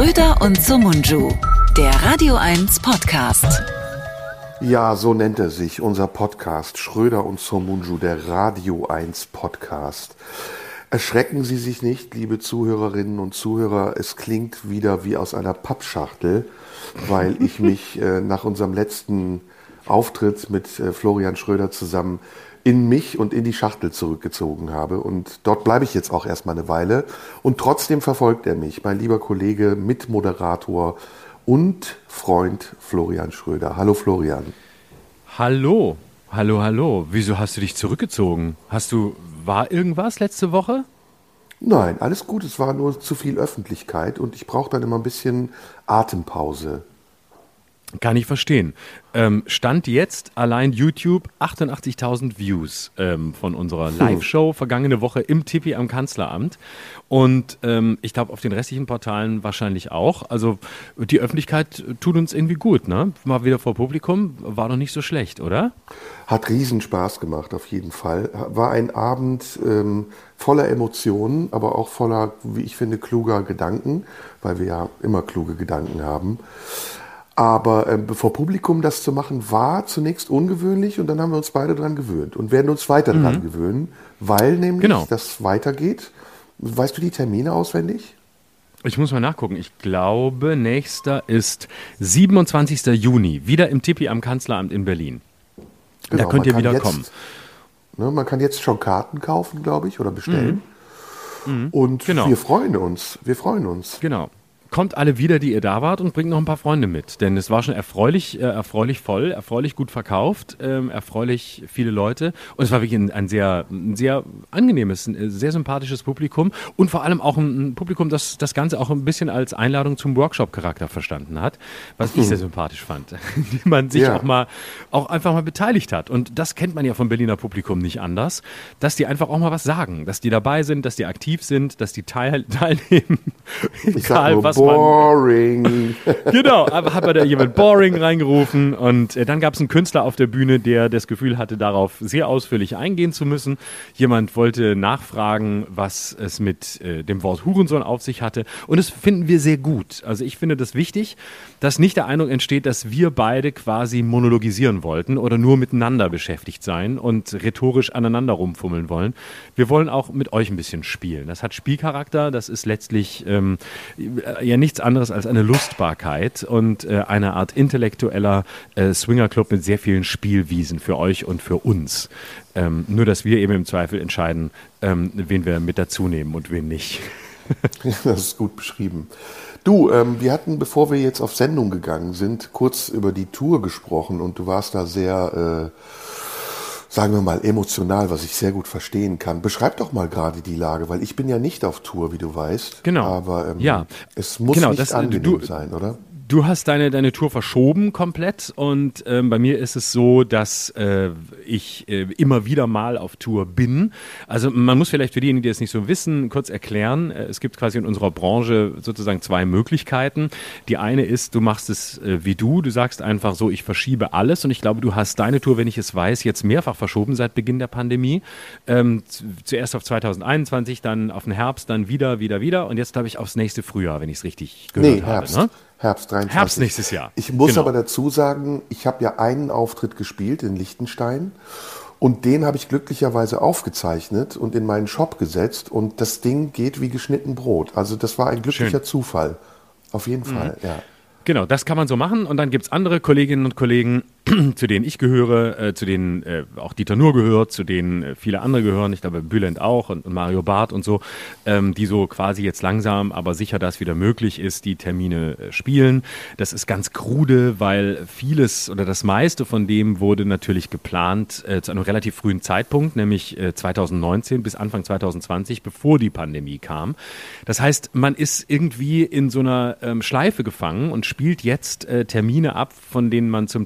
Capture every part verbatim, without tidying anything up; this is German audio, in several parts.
Schröder und Somunju, der Radio eins Podcast. Ja, so nennt er sich, unser Podcast, Schröder und Somunju, der Radio eins Podcast. Erschrecken Sie sich nicht, liebe Zuhörerinnen und Zuhörer, es klingt wieder wie aus einer Pappschachtel, weil ich mich äh, nach unserem letzten Auftritt mit äh, Florian Schröder zusammen in mich und in die Schachtel zurückgezogen habe. Und dort bleibe ich jetzt auch erstmal eine Weile. Und trotzdem verfolgt er mich, mein lieber Kollege, Mitmoderator und Freund Florian Schröder. Hallo Florian. Hallo, hallo, hallo. Wieso hast du dich zurückgezogen? Hast du, war irgendwas letzte Woche? Nein, alles gut. Es war nur zu viel Öffentlichkeit und ich brauche dann immer ein bisschen Atempause. Kann ich verstehen. Ähm, Stand jetzt allein YouTube achtundachtzigtausend Views ähm, von unserer Live-Show vergangene Woche im Tippi am Kanzleramt. Und ähm, ich glaube, auf den restlichen Portalen wahrscheinlich auch. Also die Öffentlichkeit tut uns irgendwie gut, ne? Mal wieder vor Publikum, war doch nicht so schlecht, oder? Hat riesen Spaß gemacht, auf jeden Fall. War ein Abend ähm, voller Emotionen, aber auch voller, wie ich finde, kluger Gedanken, weil wir ja immer kluge Gedanken haben. Aber äh, vor Publikum das zu machen, war zunächst ungewöhnlich und dann haben wir uns beide dran gewöhnt und werden uns weiter mhm. dran gewöhnen, weil nämlich genau. das weitergeht. Weißt du die Termine auswendig? Ich muss mal nachgucken. Ich glaube, nächster ist siebenundzwanzigster Juni, wieder im Tippi am Kanzleramt in Berlin. Genau, da könnt ihr wieder jetzt, kommen. Ne, man kann jetzt schon Karten kaufen, glaube ich, oder bestellen. Mhm. Mhm. Und genau. wir freuen uns. Wir freuen uns. Genau. Kommt alle wieder, die ihr da wart und bringt noch ein paar Freunde mit. Denn es war schon erfreulich, äh, erfreulich voll, erfreulich gut verkauft, ähm, erfreulich viele Leute. Und es war wirklich ein, ein, sehr, ein sehr angenehmes, ein sehr sympathisches Publikum. Und vor allem auch ein, ein Publikum, das das Ganze auch ein bisschen als Einladung zum Workshop-Charakter verstanden hat. Was ich sehr sympathisch fand. Wie man sich ja. auch mal, auch einfach mal beteiligt hat. Und das kennt man ja vom Berliner Publikum nicht anders. Dass die einfach auch mal was sagen. Dass die dabei sind, dass die aktiv sind, dass die teil, teilnehmen. Egal was. Boring. Genau, aber hat da jemand Boring reingerufen und äh, dann gab es einen Künstler auf der Bühne, der das Gefühl hatte, darauf sehr ausführlich eingehen zu müssen. Jemand wollte nachfragen, was es mit äh, dem Wort Hurensohn auf sich hatte und das finden wir sehr gut. Also ich finde das wichtig, dass nicht der Eindruck entsteht, dass wir beide quasi monologisieren wollten oder nur miteinander beschäftigt sein und rhetorisch aneinander rumfummeln wollen. Wir wollen auch mit euch ein bisschen spielen. Das hat Spielcharakter, das ist letztlich ähm, ja nichts anderes als eine Lustbarkeit und äh, eine Art intellektueller äh, Swingerclub mit sehr vielen Spielwiesen für euch und für uns. Ähm, nur, dass wir eben im Zweifel entscheiden, ähm, wen wir mit dazu nehmen und wen nicht. Das ist gut beschrieben. Du, ähm, wir hatten, bevor wir jetzt auf Sendung gegangen sind, kurz über die Tour gesprochen und du warst da sehr... Äh, sagen wir mal, emotional, was ich sehr gut verstehen kann. Beschreib doch mal gerade die Lage, weil ich bin ja nicht auf Tour, wie du weißt. Genau. Aber ähm, ja. es muss genau, nicht das, angenehm du, sein, oder? Du hast deine, deine Tour verschoben komplett und ähm, bei mir ist es so, dass äh, ich äh, immer wieder mal auf Tour bin. Also man muss vielleicht für diejenigen, die es nicht so wissen, kurz erklären. Äh, es gibt quasi in unserer Branche sozusagen zwei Möglichkeiten. Die eine ist, du machst es äh, wie du, du sagst einfach so, ich verschiebe alles und ich glaube, du hast deine Tour, wenn ich es weiß, jetzt mehrfach verschoben seit Beginn der Pandemie. Ähm, zuerst auf zweitausendeinundzwanzig, dann auf den Herbst, dann wieder, wieder, wieder und jetzt glaube ich aufs nächste Frühjahr, wenn ich es richtig gehört nee, habe. Herbst. Ne? Herbst dreiundzwanzig. Herbst nächstes Jahr. Ich muss genau. aber dazu sagen, ich habe ja einen Auftritt gespielt in Liechtenstein und den habe ich glücklicherweise aufgezeichnet und in meinen Shop gesetzt und das Ding geht wie geschnitten Brot. Also das war ein glücklicher Schön. Zufall. Auf jeden mhm. Fall, ja. Genau, das kann man so machen und dann gibt es andere Kolleginnen und Kollegen, zu denen ich gehöre, äh, zu denen äh, auch Dieter Nuhr gehört, zu denen äh, viele andere gehören, ich glaube Bülent auch und, und Mario Barth und so, ähm, die so quasi jetzt langsam, aber sicher, dass wieder möglich ist, die Termine äh, spielen. Das ist ganz krude, weil vieles oder das meiste von dem wurde natürlich geplant äh, zu einem relativ frühen Zeitpunkt, nämlich äh, zweitausendneunzehn bis Anfang zweitausendzwanzig, bevor die Pandemie kam. Das heißt, man ist irgendwie in so einer ähm, Schleife gefangen und spielt jetzt äh, Termine ab, von denen man zum Teil sagt,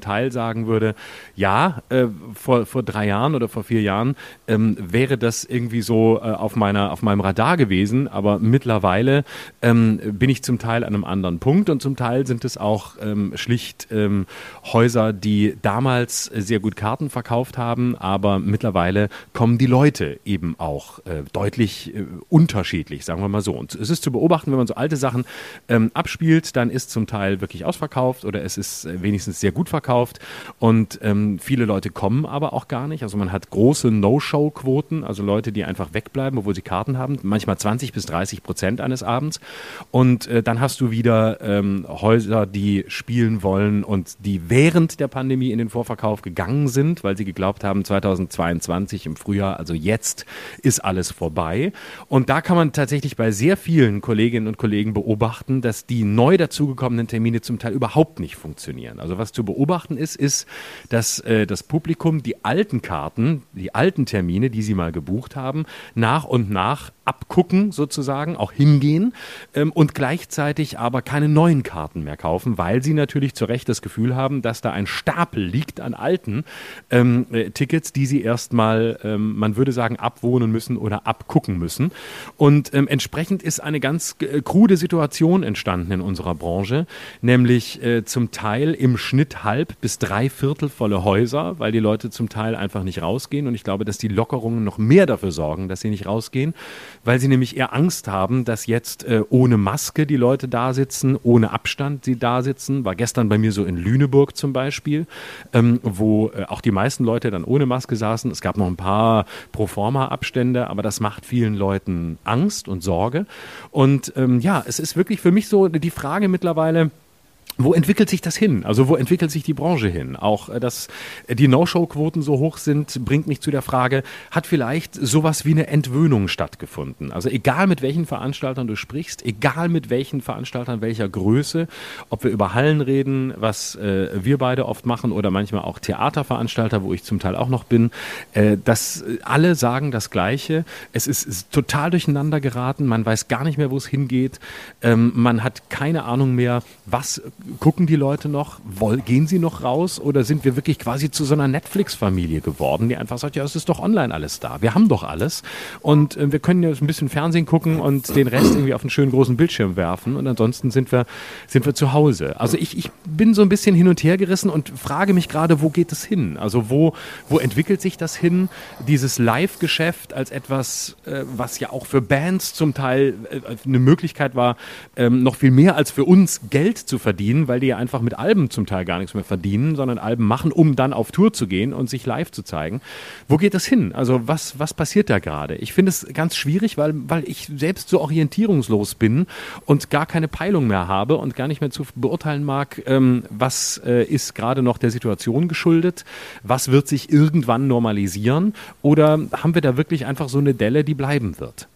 sagen würde, ja, äh, vor, vor drei Jahren oder vor vier Jahren ähm, wäre das irgendwie so äh, auf meiner, auf meinem Radar gewesen, aber mittlerweile ähm, bin ich zum Teil an einem anderen Punkt und zum Teil sind es auch ähm, schlicht ähm, Häuser, die damals sehr gut Karten verkauft haben, aber mittlerweile kommen die Leute eben auch äh, deutlich äh, unterschiedlich, sagen wir mal so. Und es ist zu beobachten, wenn man so alte Sachen ähm, abspielt, dann ist zum Teil wirklich ausverkauft oder es ist äh, wenigstens sehr gut verkauft und ähm, viele Leute kommen aber auch gar nicht. Also man hat große No-Show-Quoten, also Leute, die einfach wegbleiben, obwohl sie Karten haben, manchmal zwanzig bis dreißig Prozent eines Abends. Und äh, dann hast du wieder ähm, Häuser, die spielen wollen und die während der Pandemie in den Vorverkauf gegangen sind, weil sie geglaubt haben, zweitausendzweiundzwanzig im Frühjahr, also jetzt ist alles vorbei. Und da kann man tatsächlich bei sehr vielen Kolleginnen und Kollegen beobachten, dass die neu dazugekommenen Termine zum Teil überhaupt nicht funktionieren. Also was zu beobachten ist, ist, dass äh, das Publikum die alten Karten, die alten Termine, die sie mal gebucht haben, nach und nach abgucken sozusagen, auch hingehen ähm, und gleichzeitig aber keine neuen Karten mehr kaufen, weil sie natürlich zu Recht das Gefühl haben, dass da ein Stapel liegt an alten ähm, äh, Tickets, die sie erstmal, ähm, man würde sagen, abwohnen müssen oder abgucken müssen. Und ähm, entsprechend ist eine ganz äh, krude Situation entstanden in unserer Branche, nämlich äh, zum Teil im Schnitt halb bis drei Viertel volle Häuser, weil die Leute zum Teil einfach nicht rausgehen. Und ich glaube, dass die Lockerungen noch mehr dafür sorgen, dass sie nicht rausgehen, weil sie nämlich eher Angst haben, dass jetzt äh, ohne Maske die Leute da sitzen, ohne Abstand sie da sitzen. War gestern bei mir so in Lüneburg zum Beispiel, ähm, wo äh, auch die meisten Leute dann ohne Maske saßen. Es gab noch ein paar Proforma-Abstände, aber das macht vielen Leuten Angst und Sorge. Und ähm, ja, es ist wirklich für mich so die Frage mittlerweile, wo entwickelt sich das hin? Also wo entwickelt sich die Branche hin? Auch, äh, dass die No-Show-Quoten so hoch sind, bringt mich zu der Frage, hat vielleicht sowas wie eine Entwöhnung stattgefunden? Also egal mit welchen Veranstaltern du sprichst, egal mit welchen Veranstaltern welcher Größe, ob wir über Hallen reden, was äh, wir beide oft machen oder manchmal auch Theaterveranstalter, wo ich zum Teil auch noch bin, äh, dass alle sagen das Gleiche. Es ist, ist total durcheinander geraten, man weiß gar nicht mehr, wo es hingeht. Ähm, man hat keine Ahnung mehr, was gucken die Leute noch? Woll, gehen sie noch raus? Oder sind wir wirklich quasi zu so einer Netflix-Familie geworden, die einfach sagt, ja, es ist doch online alles da. Wir haben doch alles. Und äh, wir können ja ein bisschen Fernsehen gucken und den Rest irgendwie auf einen schönen großen Bildschirm werfen. Und ansonsten sind wir, sind wir zu Hause. Also ich, ich bin so ein bisschen hin und her gerissen und frage mich gerade, wo geht es hin? Also wo, wo entwickelt sich das hin? Dieses Live-Geschäft als etwas, äh, was ja auch für Bands zum Teil äh, eine Möglichkeit war, ähm, noch viel mehr als für uns Geld zu verdienen, weil die ja einfach mit Alben zum Teil gar nichts mehr verdienen, sondern Alben machen, um dann auf Tour zu gehen und sich live zu zeigen. Wo geht das hin? Also was, was passiert da gerade? Ich finde es ganz schwierig, weil, weil ich selbst so orientierungslos bin und gar keine Peilung mehr habe und gar nicht mehr zu beurteilen mag, ähm, was äh, ist gerade noch der Situation geschuldet, was wird sich irgendwann normalisieren oder haben wir da wirklich einfach so eine Delle, die bleiben wird?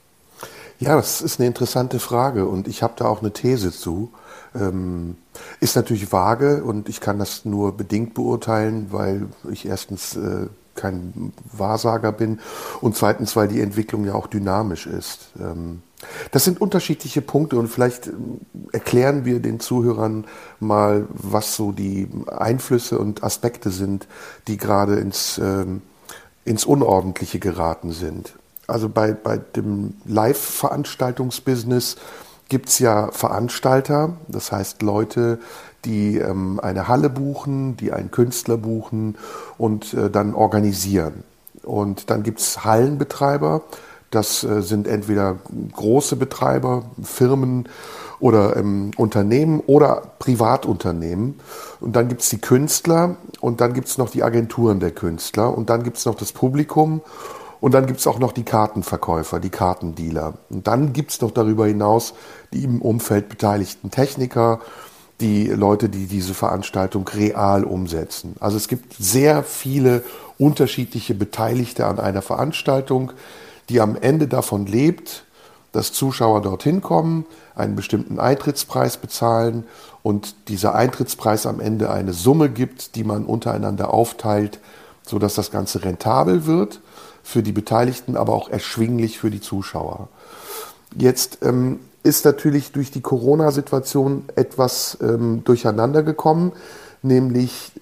Ja, das ist eine interessante Frage und ich habe da auch eine These zu. Ähm, ist natürlich vage und ich kann das nur bedingt beurteilen, weil ich erstens äh, kein Wahrsager bin und zweitens, weil die Entwicklung ja auch dynamisch ist. Ähm, das sind unterschiedliche Punkte und vielleicht äh, erklären wir den Zuhörern mal, was so die Einflüsse und Aspekte sind, die gerade ins, äh, ins Unordentliche geraten sind. Also bei, bei dem Live-Veranstaltungsbusiness gibt es ja Veranstalter, das heißt Leute, die ähm, eine Halle buchen, die einen Künstler buchen und äh, dann organisieren. Und dann gibt es Hallenbetreiber, das äh, sind entweder große Betreiber, Firmen oder ähm, Unternehmen oder Privatunternehmen. Und dann gibt es die Künstler und dann gibt es noch die Agenturen der Künstler und dann gibt es noch das Publikum. Und dann gibt es auch noch die Kartenverkäufer, die Kartendealer. Und dann gibt es noch darüber hinaus die im Umfeld beteiligten Techniker, die Leute, die diese Veranstaltung real umsetzen. Also es gibt sehr viele unterschiedliche Beteiligte an einer Veranstaltung, die am Ende davon lebt, dass Zuschauer dorthin kommen, einen bestimmten Eintrittspreis bezahlen und dieser Eintrittspreis am Ende eine Summe gibt, die man untereinander aufteilt, sodass das Ganze rentabel wird für die Beteiligten, aber auch erschwinglich für die Zuschauer. Jetzt ähm, ist natürlich durch die Corona-Situation etwas ähm, durcheinander gekommen, nämlich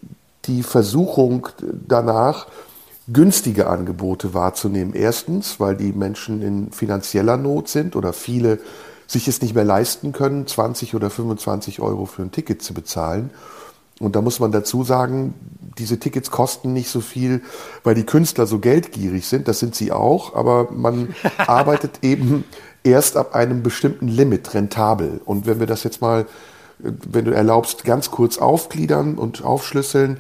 die Versuchung danach, günstige Angebote wahrzunehmen. Erstens, weil die Menschen in finanzieller Not sind oder viele sich es nicht mehr leisten können, zwanzig oder fünfundzwanzig Euro für ein Ticket zu bezahlen. Und da muss man dazu sagen, diese Tickets kosten nicht so viel, weil die Künstler so geldgierig sind. Das sind sie auch, aber man arbeitet eben erst ab einem bestimmten Limit rentabel. Und wenn wir das jetzt mal, wenn du erlaubst, ganz kurz aufgliedern und aufschlüsseln,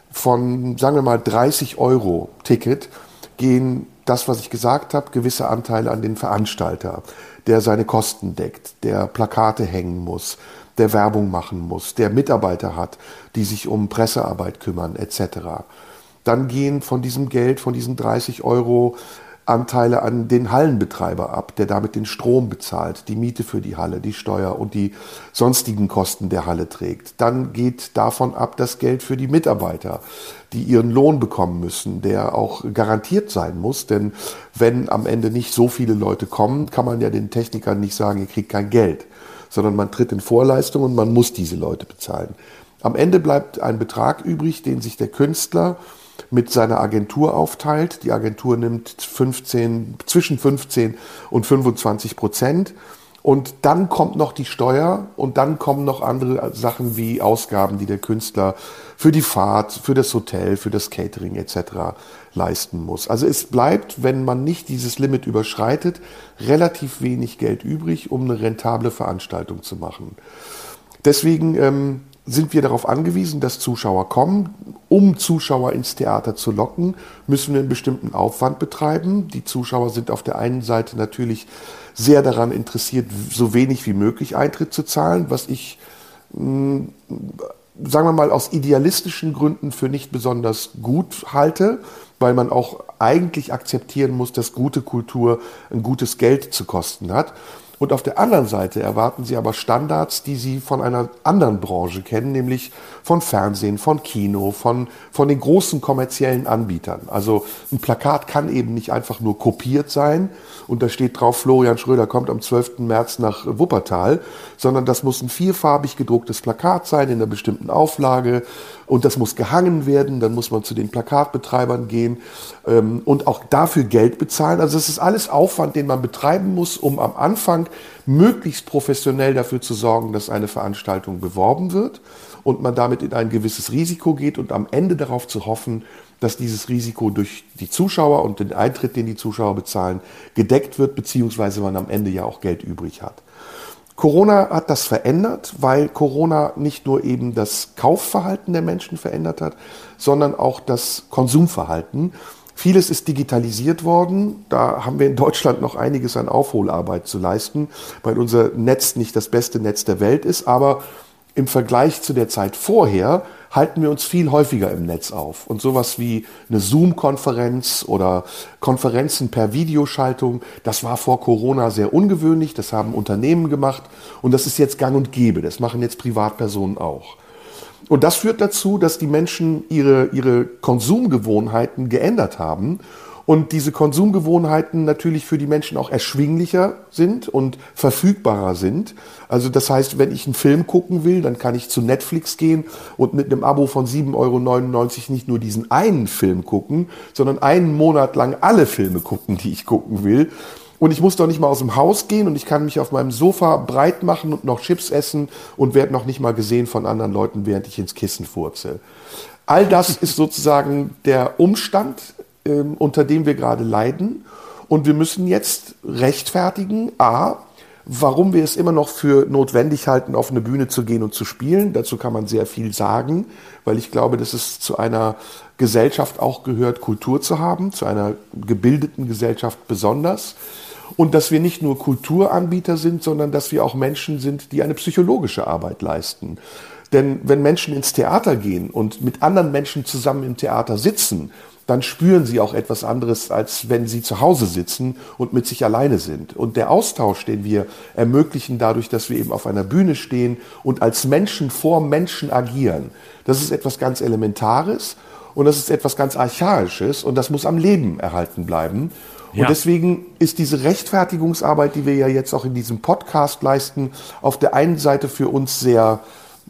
von, sagen wir mal, dreißig Euro Ticket gehen das, was ich gesagt habe, gewisse Anteile an den Veranstalter, der seine Kosten deckt, der Plakate hängen muss, der Werbung machen muss, der Mitarbeiter hat, die sich um Pressearbeit kümmern, et cetera. Dann gehen von diesem Geld, von diesen dreißig Euro Anteile an den Hallenbetreiber ab, der damit den Strom bezahlt, die Miete für die Halle, die Steuer und die sonstigen Kosten der Halle trägt. Dann geht davon ab das Geld für die Mitarbeiter, die ihren Lohn bekommen müssen, der auch garantiert sein muss, denn wenn am Ende nicht so viele Leute kommen, kann man ja den Technikern nicht sagen, ihr kriegt kein Geld, sondern man tritt in Vorleistung und man muss diese Leute bezahlen. Am Ende bleibt ein Betrag übrig, den sich der Künstler mit seiner Agentur aufteilt. Die Agentur nimmt fünfzehn, zwischen fünfzehn und fünfundzwanzig Prozent. Und dann kommt noch die Steuer und dann kommen noch andere Sachen wie Ausgaben, die der Künstler für die Fahrt, für das Hotel, für das Catering et cetera leisten muss. Also es bleibt, wenn man nicht dieses Limit überschreitet, relativ wenig Geld übrig, um eine rentable Veranstaltung zu machen. Deswegen ähm, sind wir darauf angewiesen, dass Zuschauer kommen. Um Zuschauer ins Theater zu locken, müssen wir einen bestimmten Aufwand betreiben. Die Zuschauer sind auf der einen Seite natürlich sehr daran interessiert, so wenig wie möglich Eintritt zu zahlen, was ich, mh, sagen wir mal, aus idealistischen Gründen für nicht besonders gut halte, weil man auch eigentlich akzeptieren muss, dass gute Kultur ein gutes Geld zu kosten hat. Und auf der anderen Seite erwarten sie aber Standards, die sie von einer anderen Branche kennen, nämlich von Fernsehen, von Kino, von, von den großen kommerziellen Anbietern. Also ein Plakat kann eben nicht einfach nur kopiert sein und da steht drauf, Florian Schröder kommt am zwölften März nach Wuppertal, sondern das muss ein vierfarbig gedrucktes Plakat sein in einer bestimmten Auflage und das muss gehangen werden, dann muss man zu den Plakatbetreibern gehen ähm, und auch dafür Geld bezahlen. Also es ist alles Aufwand, den man betreiben muss, um am Anfang möglichst professionell dafür zu sorgen, dass eine Veranstaltung beworben wird und man damit in ein gewisses Risiko geht und am Ende darauf zu hoffen, dass dieses Risiko durch die Zuschauer und den Eintritt, den die Zuschauer bezahlen, gedeckt wird, beziehungsweise man am Ende ja auch Geld übrig hat. Corona hat das verändert, weil Corona nicht nur eben das Kaufverhalten der Menschen verändert hat, sondern auch das Konsumverhalten. Vieles ist digitalisiert worden. Da haben wir in Deutschland noch einiges an Aufholarbeit zu leisten, weil unser Netz nicht das beste Netz der Welt ist. Aber im Vergleich zu der Zeit vorher halten wir uns viel häufiger im Netz auf. Und sowas wie eine Zoom-Konferenz oder Konferenzen per Videoschaltung, das war vor Corona sehr ungewöhnlich. Das haben Unternehmen gemacht und das ist jetzt gang und gäbe. Das machen jetzt Privatpersonen auch. Und das führt dazu, dass die Menschen ihre, ihre Konsumgewohnheiten geändert haben und diese Konsumgewohnheiten natürlich für die Menschen auch erschwinglicher sind und verfügbarer sind. Also das heißt, wenn ich einen Film gucken will, dann kann ich zu Netflix gehen und mit einem Abo von sieben Euro neunundneunzig nicht nur diesen einen Film gucken, sondern einen Monat lang alle Filme gucken, die ich gucken will. Und ich muss doch nicht mal aus dem Haus gehen und ich kann mich auf meinem Sofa breit machen und noch Chips essen und werde noch nicht mal gesehen von anderen Leuten, während ich ins Kissen furze. All das ist sozusagen der Umstand, äh, unter dem wir gerade leiden. Und wir müssen jetzt rechtfertigen, a, warum wir es immer noch für notwendig halten, auf eine Bühne zu gehen und zu spielen. Dazu kann man sehr viel sagen, weil ich glaube, dass es zu einer Gesellschaft auch gehört, Kultur zu haben, zu einer gebildeten Gesellschaft besonders. Und dass wir nicht nur Kulturanbieter sind, sondern dass wir auch Menschen sind, die eine psychologische Arbeit leisten. Denn wenn Menschen ins Theater gehen und mit anderen Menschen zusammen im Theater sitzen, dann spüren sie auch etwas anderes, als wenn sie zu Hause sitzen und mit sich alleine sind. Und der Austausch, den wir ermöglichen dadurch, dass wir eben auf einer Bühne stehen und als Menschen vor Menschen agieren, das ist etwas ganz Elementares und das ist etwas ganz Archaisches und das muss am Leben erhalten bleiben. Und ja. Deswegen ist diese Rechtfertigungsarbeit, die wir ja jetzt auch in diesem Podcast leisten, auf der einen Seite für uns sehr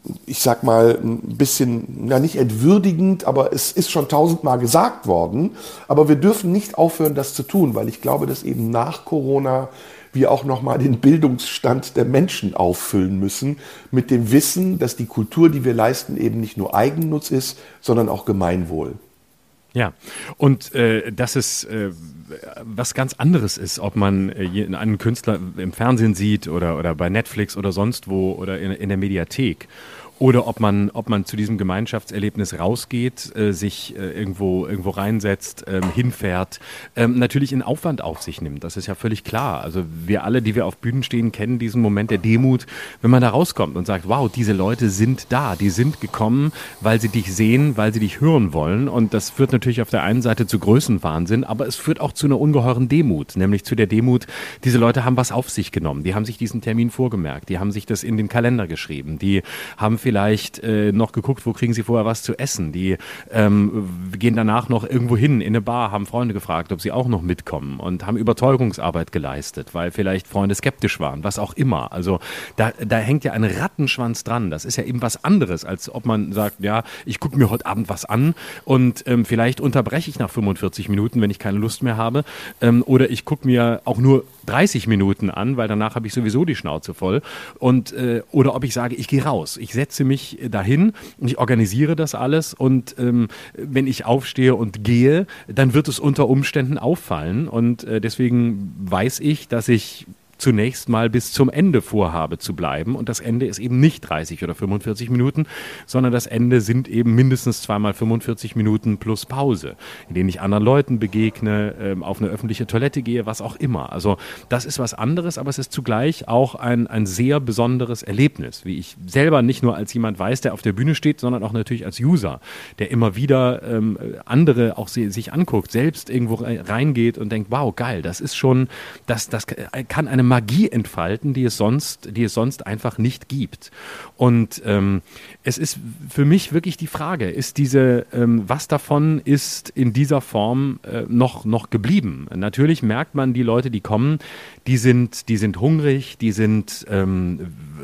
ich sag mal, ein bisschen, na nicht entwürdigend, aber es ist schon tausendmal gesagt worden. Aber wir dürfen nicht aufhören, das zu tun, weil ich glaube, dass eben nach Corona wir auch nochmal den Bildungsstand der Menschen auffüllen müssen mit dem Wissen, dass die Kultur, die wir leisten, eben nicht nur Eigennutz ist, sondern auch Gemeinwohl. Ja, und äh, dass es äh, was ganz anderes ist, ob man äh, einen Künstler im Fernsehen sieht oder, oder bei Netflix oder sonst wo oder in, in der Mediathek. Oder ob man, ob man zu diesem Gemeinschaftserlebnis rausgeht, äh, sich äh, irgendwo, irgendwo reinsetzt, ähm, hinfährt, ähm, natürlich einen Aufwand auf sich nimmt. Das ist ja völlig klar. Also wir alle, die wir auf Bühnen stehen, kennen diesen Moment der Demut, wenn man da rauskommt und sagt, wow, diese Leute sind da, die sind gekommen, weil sie dich sehen, weil sie dich hören wollen. Und das führt natürlich auf der einen Seite zu Größenwahnsinn, aber es führt auch zu einer ungeheuren Demut, nämlich zu der Demut, diese Leute haben was auf sich genommen, die haben sich diesen Termin vorgemerkt, die haben sich das in den Kalender geschrieben, die haben vielleicht äh, noch geguckt, wo kriegen sie vorher was zu essen. Die ähm, gehen danach noch irgendwo hin in eine Bar, haben Freunde gefragt, ob sie auch noch mitkommen und haben Überzeugungsarbeit geleistet, weil vielleicht Freunde skeptisch waren, was auch immer. Also da, da hängt ja ein Rattenschwanz dran. Das ist ja eben was anderes, als ob man sagt, ja, ich gucke mir heute Abend was an und ähm, vielleicht unterbreche ich nach fünfundvierzig Minuten, wenn ich keine Lust mehr habe. Ähm, oder ich gucke mir auch nur dreißig Minuten an, weil danach habe ich sowieso die Schnauze voll. Und, äh, oder ob ich sage, ich gehe raus, ich setze mich dahin und ich organisiere das alles und ähm, wenn ich aufstehe und gehe, dann wird es unter Umständen auffallen und äh, deswegen weiß ich, dass ich zunächst mal bis zum Ende vorhabe zu bleiben. Und das Ende ist eben nicht dreißig oder fünfundvierzig Minuten, sondern das Ende sind eben mindestens zweimal fünfundvierzig Minuten plus Pause, in denen ich anderen Leuten begegne, ähm, auf eine öffentliche Toilette gehe, was auch immer. Also das ist was anderes, aber es ist zugleich auch ein, ein sehr besonderes Erlebnis, wie ich selber nicht nur als jemand weiß, der auf der Bühne steht, sondern auch natürlich als User, der immer wieder ähm, andere auch se- sich anguckt, selbst irgendwo reingeht und denkt, wow, geil, das ist schon, das, das kann eine Magie entfalten, die es sonst, die es sonst einfach nicht gibt. Und ähm, es ist für mich wirklich die Frage, ist diese, ähm, was davon ist in dieser Form äh, noch, noch geblieben? Natürlich merkt man, die Leute, die kommen, die sind, die sind hungrig, die sind ähm,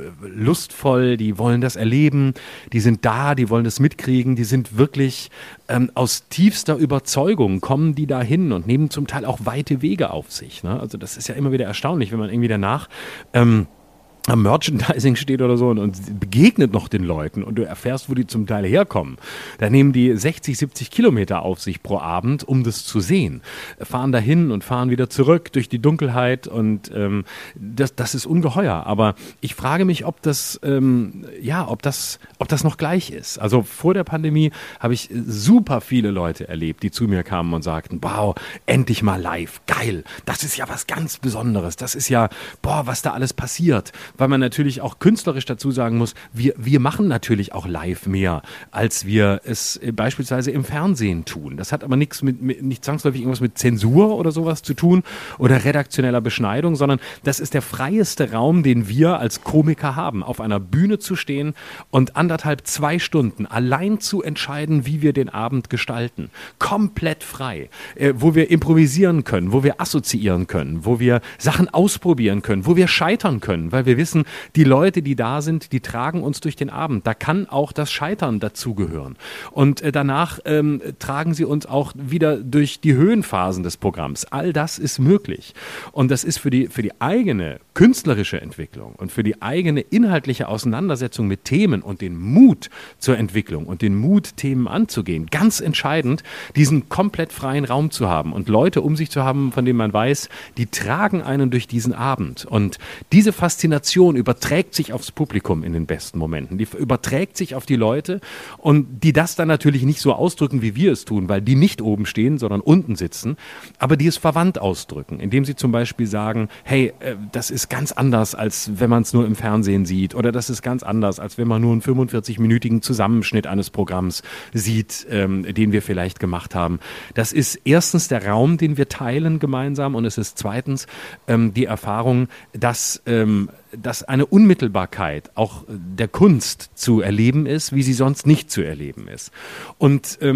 lustvoll, die wollen das erleben, die sind da, die wollen das mitkriegen, die sind wirklich ähm, aus tiefster Überzeugung kommen die da hin und nehmen zum Teil auch weite Wege auf sich. Ne? Also das ist ja immer wieder erstaunlich, wenn man irgendwie danach ähm, am Merchandising steht oder so und, und begegnet noch den Leuten und du erfährst, wo die zum Teil herkommen. Da nehmen die sechzig, siebzig Kilometer auf sich pro Abend, um das zu sehen. Fahren dahin und fahren wieder zurück durch die Dunkelheit und ähm, das, das ist ungeheuer. Aber ich frage mich, ob das, ähm, ja, ob das, ob das noch gleich ist. Also vor der Pandemie habe ich super viele Leute erlebt, die zu mir kamen und sagten, wow, endlich mal live, geil, das ist ja was ganz Besonderes, das ist ja, boah, was da alles passiert. Weil man natürlich auch künstlerisch dazu sagen muss, wir, wir machen natürlich auch live mehr, als wir es beispielsweise im Fernsehen tun. Das hat aber nichts mit, mit nicht zwangsläufig irgendwas mit Zensur oder sowas zu tun oder redaktioneller Beschneidung, sondern das ist der freieste Raum, den wir als Komiker haben, auf einer Bühne zu stehen und anderthalb, zwei Stunden allein zu entscheiden, wie wir den Abend gestalten. Komplett frei, äh, wo wir improvisieren können, wo wir assoziieren können, wo wir Sachen ausprobieren können, wo wir scheitern können, weil wir wissen, die Leute, die da sind, die tragen uns durch den Abend. Da kann auch das Scheitern dazugehören. Und äh, danach ähm, tragen sie uns auch wieder durch die Höhenphasen des Programms. All das ist möglich. Und das ist für die, für die eigene künstlerische Entwicklung und für die eigene inhaltliche Auseinandersetzung mit Themen und den Mut zur Entwicklung und den Mut, Themen anzugehen, ganz entscheidend, diesen komplett freien Raum zu haben und Leute um sich zu haben, von denen man weiß, die tragen einen durch diesen Abend. Und diese Faszination überträgt sich aufs Publikum in den besten Momenten. Die überträgt sich auf die Leute und die das dann natürlich nicht so ausdrücken, wie wir es tun, weil die nicht oben stehen, sondern unten sitzen, aber die es verwandt ausdrücken, indem sie zum Beispiel sagen, hey, das ist ganz anders, als wenn man es nur im Fernsehen sieht oder das ist ganz anders, als wenn man nur einen fünfundvierzig-minütigen Zusammenschnitt eines Programms sieht, ähm, den wir vielleicht gemacht haben. Das ist erstens der Raum, den wir teilen gemeinsam und es ist zweitens ähm, die Erfahrung, dass ähm, dass eine Unmittelbarkeit auch der Kunst zu erleben ist, wie sie sonst nicht zu erleben ist. Und ähm,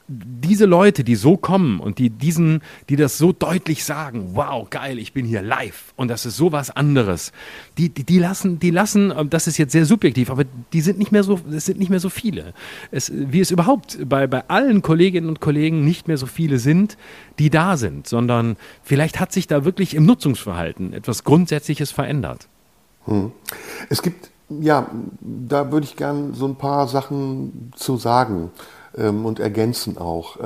diese Leute, die so kommen und die diesen, die das so deutlich sagen, wow, geil, ich bin hier live und das ist sowas anderes, die, die, die lassen, die lassen, das ist jetzt sehr subjektiv, aber die sind nicht mehr so, es sind nicht mehr so viele. Es, wie es überhaupt bei, bei allen Kolleginnen und Kollegen nicht mehr so viele sind, die da sind, sondern vielleicht hat sich da wirklich im Nutzungsverhalten etwas Grundsätzliches verändert. Hm. Es gibt, ja, da würde ich gern so ein paar Sachen zu sagen. Und ergänzen auch.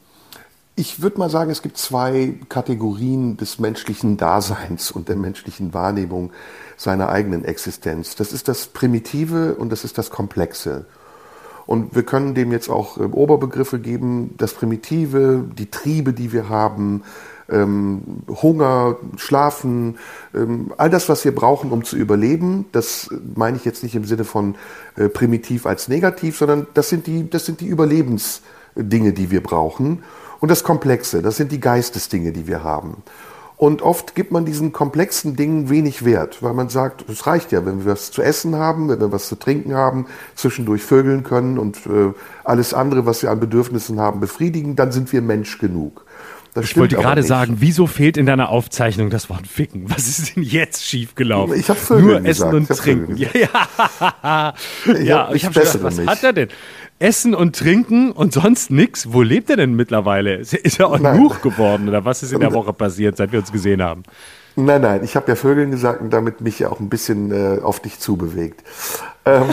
Ich würde mal sagen, es gibt zwei Kategorien des menschlichen Daseins und der menschlichen Wahrnehmung seiner eigenen Existenz. Das ist das Primitive und das ist das Komplexe. Und wir können dem jetzt auch Oberbegriffe geben, das Primitive, die Triebe, die wir haben, ähm, Hunger, Schlafen, ähm, all das, was wir brauchen, um zu überleben. Das meine ich jetzt nicht im Sinne von äh, primitiv als negativ, sondern das sind die, das sind die Überlebensdinge, die wir brauchen. Und das Komplexe, das sind die Geistesdinge, die wir haben. Und oft gibt man diesen komplexen Dingen wenig Wert, weil man sagt, es reicht ja, wenn wir was zu essen haben, wenn wir was zu trinken haben, zwischendurch vögeln können und äh, alles andere, was wir an Bedürfnissen haben, befriedigen, dann sind wir Mensch genug. Das ich wollte gerade sagen, wieso fehlt in deiner Aufzeichnung das Wort Ficken? Was ist denn jetzt schiefgelaufen? Ich habe Vögel Nur gesagt. Essen und Trinken. Ja, ja. Ich ja, hab, ich habe schon gedacht, was mich. hat er denn? Essen und Trinken und sonst nix? Wo lebt er denn mittlerweile? Ist er auch Nuch geworden oder was ist in der Woche passiert, seit wir uns gesehen haben? Nein, nein, ich habe ja Vögeln gesagt und damit mich ja auch ein bisschen äh, auf dich zubewegt. Ähm,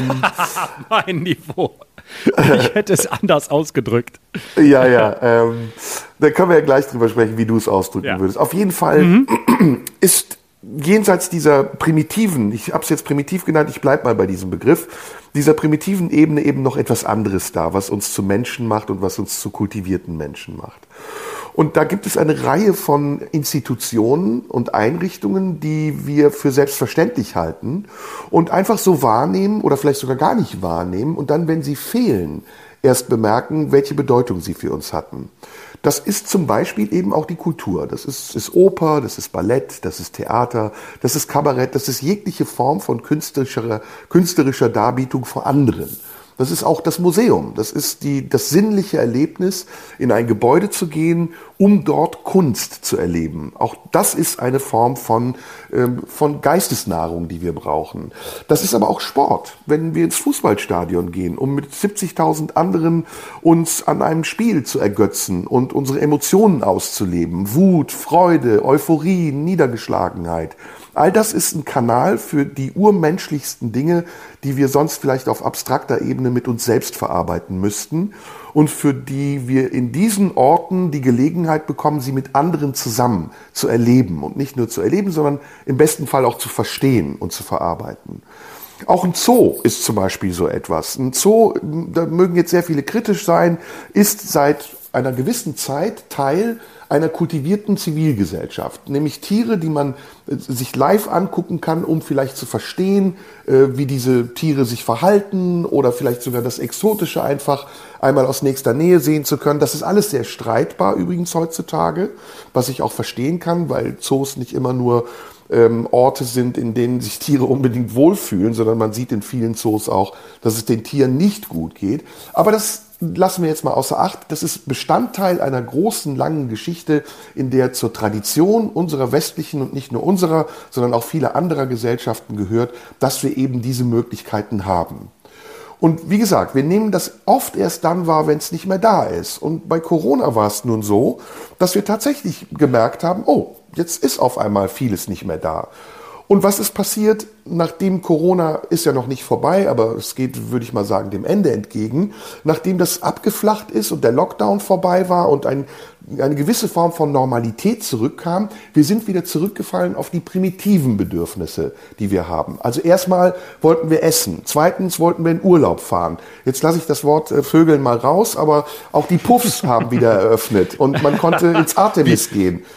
mein Niveau. Ich hätte es anders ausgedrückt. Ja, ja. Ähm, da können wir ja gleich drüber sprechen, wie du es ausdrücken ja. würdest. Auf jeden Fall mhm. ist jenseits dieser primitiven, ich habe es jetzt primitiv genannt, ich bleibe mal bei diesem Begriff, dieser primitiven Ebene eben noch etwas anderes da, was uns zu Menschen macht und was uns zu kultivierten Menschen macht. Und da gibt es eine Reihe von Institutionen und Einrichtungen, die wir für selbstverständlich halten und einfach so wahrnehmen oder vielleicht sogar gar nicht wahrnehmen und dann, wenn sie fehlen, erst bemerken, welche Bedeutung sie für uns hatten. Das ist zum Beispiel eben auch die Kultur. Das ist, ist Oper, das ist Ballett, das ist Theater, das ist Kabarett, das ist jegliche Form von künstlerischer, künstlerischer Darbietung vor anderen. Das ist auch das Museum. Das ist die, das sinnliche Erlebnis, in ein Gebäude zu gehen, um dort Kunst zu erleben. Auch das ist eine Form von, ähm, von Geistesnahrung, die wir brauchen. Das ist aber auch Sport. Wenn wir ins Fußballstadion gehen, um mit siebzigtausend anderen uns an einem Spiel zu ergötzen und unsere Emotionen auszuleben. Wut, Freude, Euphorie, Niedergeschlagenheit. All das ist ein Kanal für die urmenschlichsten Dinge, die wir sonst vielleicht auf abstrakter Ebene mit uns selbst verarbeiten müssten und für die wir in diesen Orten die Gelegenheit bekommen, sie mit anderen zusammen zu erleben und nicht nur zu erleben, sondern im besten Fall auch zu verstehen und zu verarbeiten. Auch ein Zoo ist zum Beispiel so etwas. Ein Zoo, da mögen jetzt sehr viele kritisch sein, ist seit einer gewissen Zeit Teil einer kultivierten Zivilgesellschaft, nämlich Tiere, die man sich live angucken kann, um vielleicht zu verstehen, wie diese Tiere sich verhalten oder vielleicht sogar das Exotische einfach einmal aus nächster Nähe sehen zu können. Das ist alles sehr streitbar übrigens heutzutage, was ich auch verstehen kann, weil Zoos nicht immer nur ähm, Orte sind, in denen sich Tiere unbedingt wohlfühlen, sondern man sieht in vielen Zoos auch, dass es den Tieren nicht gut geht. Aber das lassen wir jetzt mal außer Acht. Das ist Bestandteil einer großen, langen Geschichte, in der zur Tradition unserer westlichen und nicht nur unserer, sondern auch vieler anderer Gesellschaften gehört, dass wir eben diese Möglichkeiten haben. Und wie gesagt, wir nehmen das oft erst dann wahr, wenn es nicht mehr da ist. Und bei Corona war es nun so, dass wir tatsächlich gemerkt haben, oh, jetzt ist auf einmal vieles nicht mehr da. Und was ist passiert, nachdem Corona ist ja noch nicht vorbei, aber es geht, würde ich mal sagen, dem Ende entgegen, nachdem das abgeflacht ist und der Lockdown vorbei war und ein, eine gewisse Form von Normalität zurückkam, wir sind wieder zurückgefallen auf die primitiven Bedürfnisse, die wir haben. Also erstmal wollten wir essen, zweitens wollten wir in Urlaub fahren. Jetzt lasse ich das Wort äh, Vögeln mal raus, aber auch die Puffs haben wieder eröffnet und man konnte ins Artemis gehen.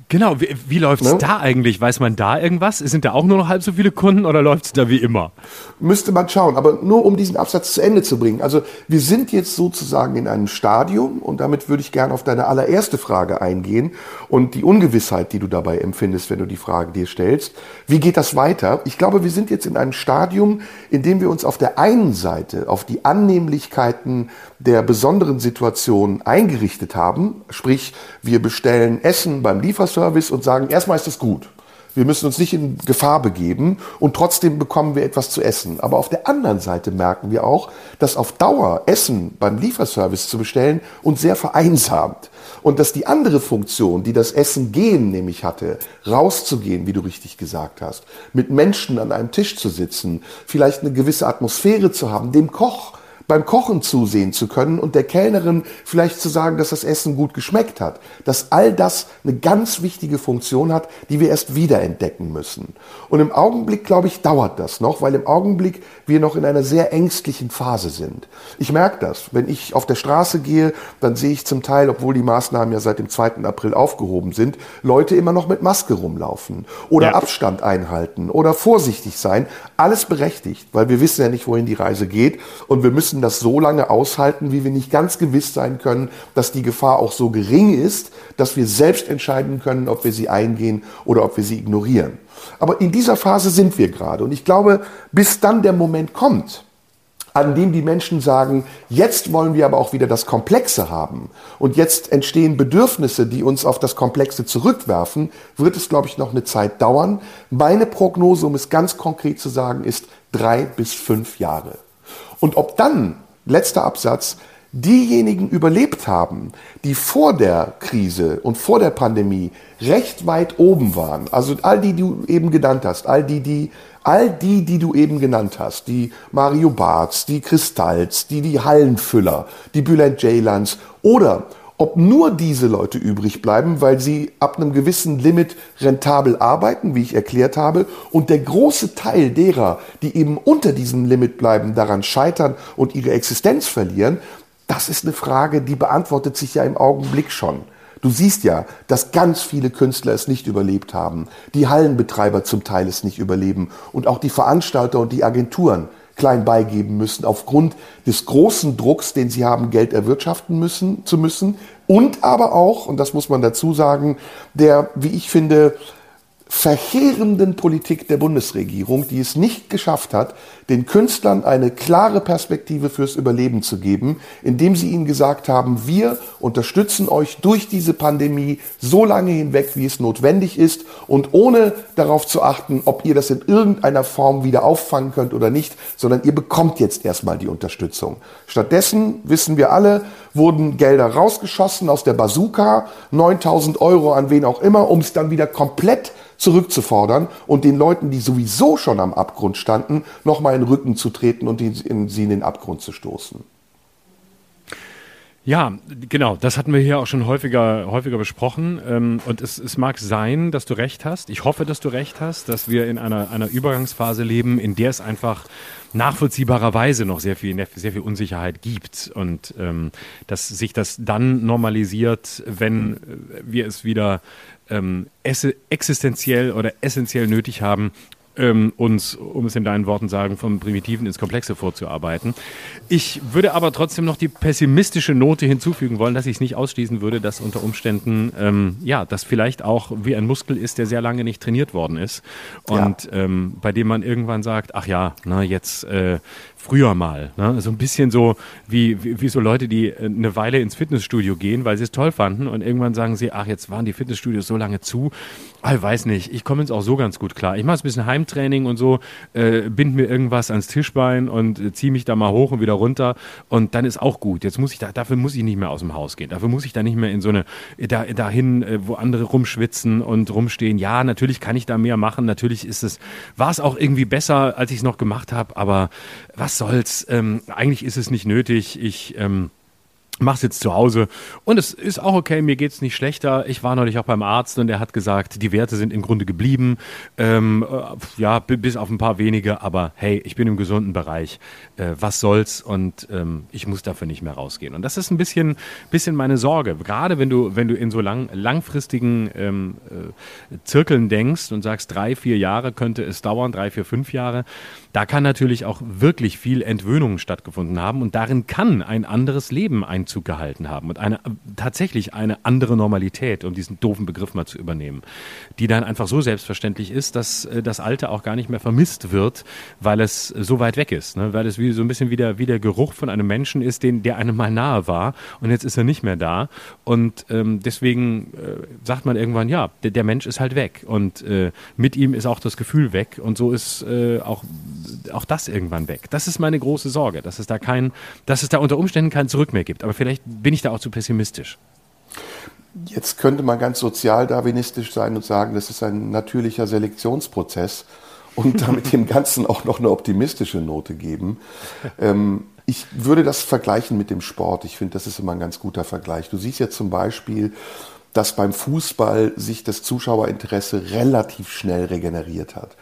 Genau, wie, wie läuft es ne? da eigentlich? Weiß man da irgendwas? Sind da auch nur noch halb so viele Kunden oder läuft es da wie immer? Müsste man schauen, aber nur um diesen Absatz zu Ende zu bringen. Also wir sind jetzt sozusagen in einem Stadium und damit würde ich gerne auf deine allererste Frage eingehen und die Ungewissheit, die du dabei empfindest, wenn du die Frage dir stellst. Wie geht das weiter? Ich glaube, wir sind jetzt in einem Stadium, in dem wir uns auf der einen Seite auf die Annehmlichkeiten der besonderen Situation eingerichtet haben. Sprich, wir bestellen Essen beim Lieferservice und sagen, erstmal ist es gut. Wir müssen uns nicht in Gefahr begeben und trotzdem bekommen wir etwas zu essen. Aber auf der anderen Seite merken wir auch, dass auf Dauer Essen beim Lieferservice zu bestellen uns sehr vereinsamt. Und dass die andere Funktion, die das Essen gehen nämlich hatte, rauszugehen, wie du richtig gesagt hast, mit Menschen an einem Tisch zu sitzen, vielleicht eine gewisse Atmosphäre zu haben, dem Koch beim Kochen zusehen zu können und der Kellnerin vielleicht zu sagen, dass das Essen gut geschmeckt hat. Dass all das eine ganz wichtige Funktion hat, die wir erst wiederentdecken müssen. Und im Augenblick, glaube ich, dauert das noch, weil im Augenblick wir noch in einer sehr ängstlichen Phase sind. Ich merke das. Wenn ich auf der Straße gehe, dann sehe ich zum Teil, obwohl die Maßnahmen ja seit dem zweiten April aufgehoben sind, Leute immer noch mit Maske rumlaufen oder ja. Abstand einhalten oder vorsichtig sein. Alles berechtigt, weil wir wissen ja nicht, wohin die Reise geht und wir müssen das so lange aushalten, wie wir nicht ganz gewiss sein können, dass die Gefahr auch so gering ist, dass wir selbst entscheiden können, ob wir sie eingehen oder ob wir sie ignorieren. Aber in dieser Phase sind wir gerade. Und ich glaube, bis dann der Moment kommt, an dem die Menschen sagen, jetzt wollen wir aber auch wieder das Komplexe haben und jetzt entstehen Bedürfnisse, die uns auf das Komplexe zurückwerfen, wird es, glaube ich, noch eine Zeit dauern. Meine Prognose, um es ganz konkret zu sagen, ist drei bis fünf Jahre. Und ob dann, letzter Absatz, diejenigen überlebt haben, die vor der Krise und vor der Pandemie recht weit oben waren, also all die, die du eben genannt hast, all die, die, all die, die du eben genannt hast, die Mario Barths, die Kristalls, die, die Hallenfüller, die Bülent Ceylans oder ob nur diese Leute übrig bleiben, weil sie ab einem gewissen Limit rentabel arbeiten, wie ich erklärt habe, und der große Teil derer, die eben unter diesem Limit bleiben, daran scheitern und ihre Existenz verlieren, das ist eine Frage, die beantwortet sich ja im Augenblick schon. Du siehst ja, dass ganz viele Künstler es nicht überlebt haben, die Hallenbetreiber zum Teil es nicht überleben und auch die Veranstalter und die Agenturen klein beigeben müssen, aufgrund des großen Drucks, den sie haben, Geld erwirtschaften müssen, zu müssen. Und aber auch, und das muss man dazu sagen, der, wie ich finde, verheerenden Politik der Bundesregierung, die es nicht geschafft hat, den Künstlern eine klare Perspektive fürs Überleben zu geben, indem sie ihnen gesagt haben, wir unterstützen euch durch diese Pandemie so lange hinweg, wie es notwendig ist und ohne darauf zu achten, ob ihr das in irgendeiner Form wieder auffangen könnt oder nicht, sondern ihr bekommt jetzt erstmal die Unterstützung. Stattdessen, wissen wir alle, wurden Gelder rausgeschossen aus der Bazooka, neuntausend Euro an wen auch immer, um es dann wieder komplett zurückzufordern und den Leuten, die sowieso schon am Abgrund standen, nochmal in den Rücken zu treten und sie in den Abgrund zu stoßen. Ja, genau, das hatten wir hier auch schon häufiger, häufiger besprochen. Ähm, und es, es mag sein, dass du recht hast. Ich hoffe, dass du recht hast, dass wir in einer, einer Übergangsphase leben, in der es einfach nachvollziehbarerweise noch sehr viel, sehr viel Unsicherheit gibt. Und ähm, dass sich das dann normalisiert, wenn wir es wieder ähm, esse, existenziell oder essentiell nötig haben, Ähm, uns, um es in deinen Worten sagen, vom Primitiven ins Komplexe vorzuarbeiten. Ich würde aber trotzdem noch die pessimistische Note hinzufügen wollen, dass ich es nicht ausschließen würde, dass unter Umständen, ähm, ja, das vielleicht auch wie ein Muskel ist, der sehr lange nicht trainiert worden ist und ja. ähm, bei dem man irgendwann sagt, ach ja, na jetzt äh, früher mal, ne? So ein bisschen so wie, wie, wie so Leute, die eine Weile ins Fitnessstudio gehen, weil sie es toll fanden und irgendwann sagen sie, ach, jetzt waren die Fitnessstudios so lange zu, ah, ich weiß nicht, ich komme jetzt auch so ganz gut klar. Ich mache jetzt ein bisschen Heimtraining und so, äh, bind mir irgendwas ans Tischbein und äh, ziehe mich da mal hoch und wieder runter und dann ist auch gut. Jetzt muss ich da, dafür muss ich nicht mehr aus dem Haus gehen. Dafür muss ich da nicht mehr in so eine, da, dahin, äh, wo andere rumschwitzen und rumstehen. Ja, natürlich kann ich da mehr machen. Natürlich ist es, war es auch irgendwie besser, als ich es noch gemacht habe, aber was soll's? Ähm, eigentlich ist es nicht nötig. Ich, ähm, mach's jetzt zu Hause und es ist auch okay, mir geht's nicht schlechter. Ich war neulich auch beim Arzt und der hat gesagt, die Werte sind im Grunde geblieben, ähm, äh, ja, b- bis auf ein paar wenige, aber hey, ich bin im gesunden Bereich, äh, was soll's und ähm, ich muss dafür nicht mehr rausgehen. Und das ist ein bisschen, bisschen meine Sorge, gerade wenn du, wenn du in so lang, langfristigen ähm, äh, Zirkeln denkst und sagst, drei, vier Jahre könnte es dauern, drei, vier, fünf Jahre, da kann natürlich auch wirklich viel Entwöhnung stattgefunden haben und darin kann ein anderes Leben Einzug gehalten haben und eine tatsächlich eine andere Normalität, um diesen doofen Begriff mal zu übernehmen, die dann einfach so selbstverständlich ist, dass äh, das Alte auch gar nicht mehr vermisst wird, weil es so weit weg ist, ne? Weil es wie so ein bisschen wie der, wie der Geruch von einem Menschen ist, den, der einem mal nahe war und jetzt ist er nicht mehr da und ähm, deswegen äh, sagt man irgendwann, ja, der, der Mensch ist halt weg und äh, mit ihm ist auch das Gefühl weg und so ist äh, auch auch das irgendwann weg. Das ist meine große Sorge, dass es da kein, dass es da unter Umständen kein Zurück mehr gibt. Aber vielleicht bin ich da auch zu pessimistisch. Jetzt könnte man ganz sozialdarwinistisch sein und sagen, das ist ein natürlicher Selektionsprozess und damit dem Ganzen auch noch eine optimistische Note geben. Ähm, ich würde das vergleichen mit dem Sport. Ich finde, das ist immer ein ganz guter Vergleich. Du siehst jetzt zum Beispiel, dass beim Fußball sich das Zuschauerinteresse relativ schnell regeneriert hat.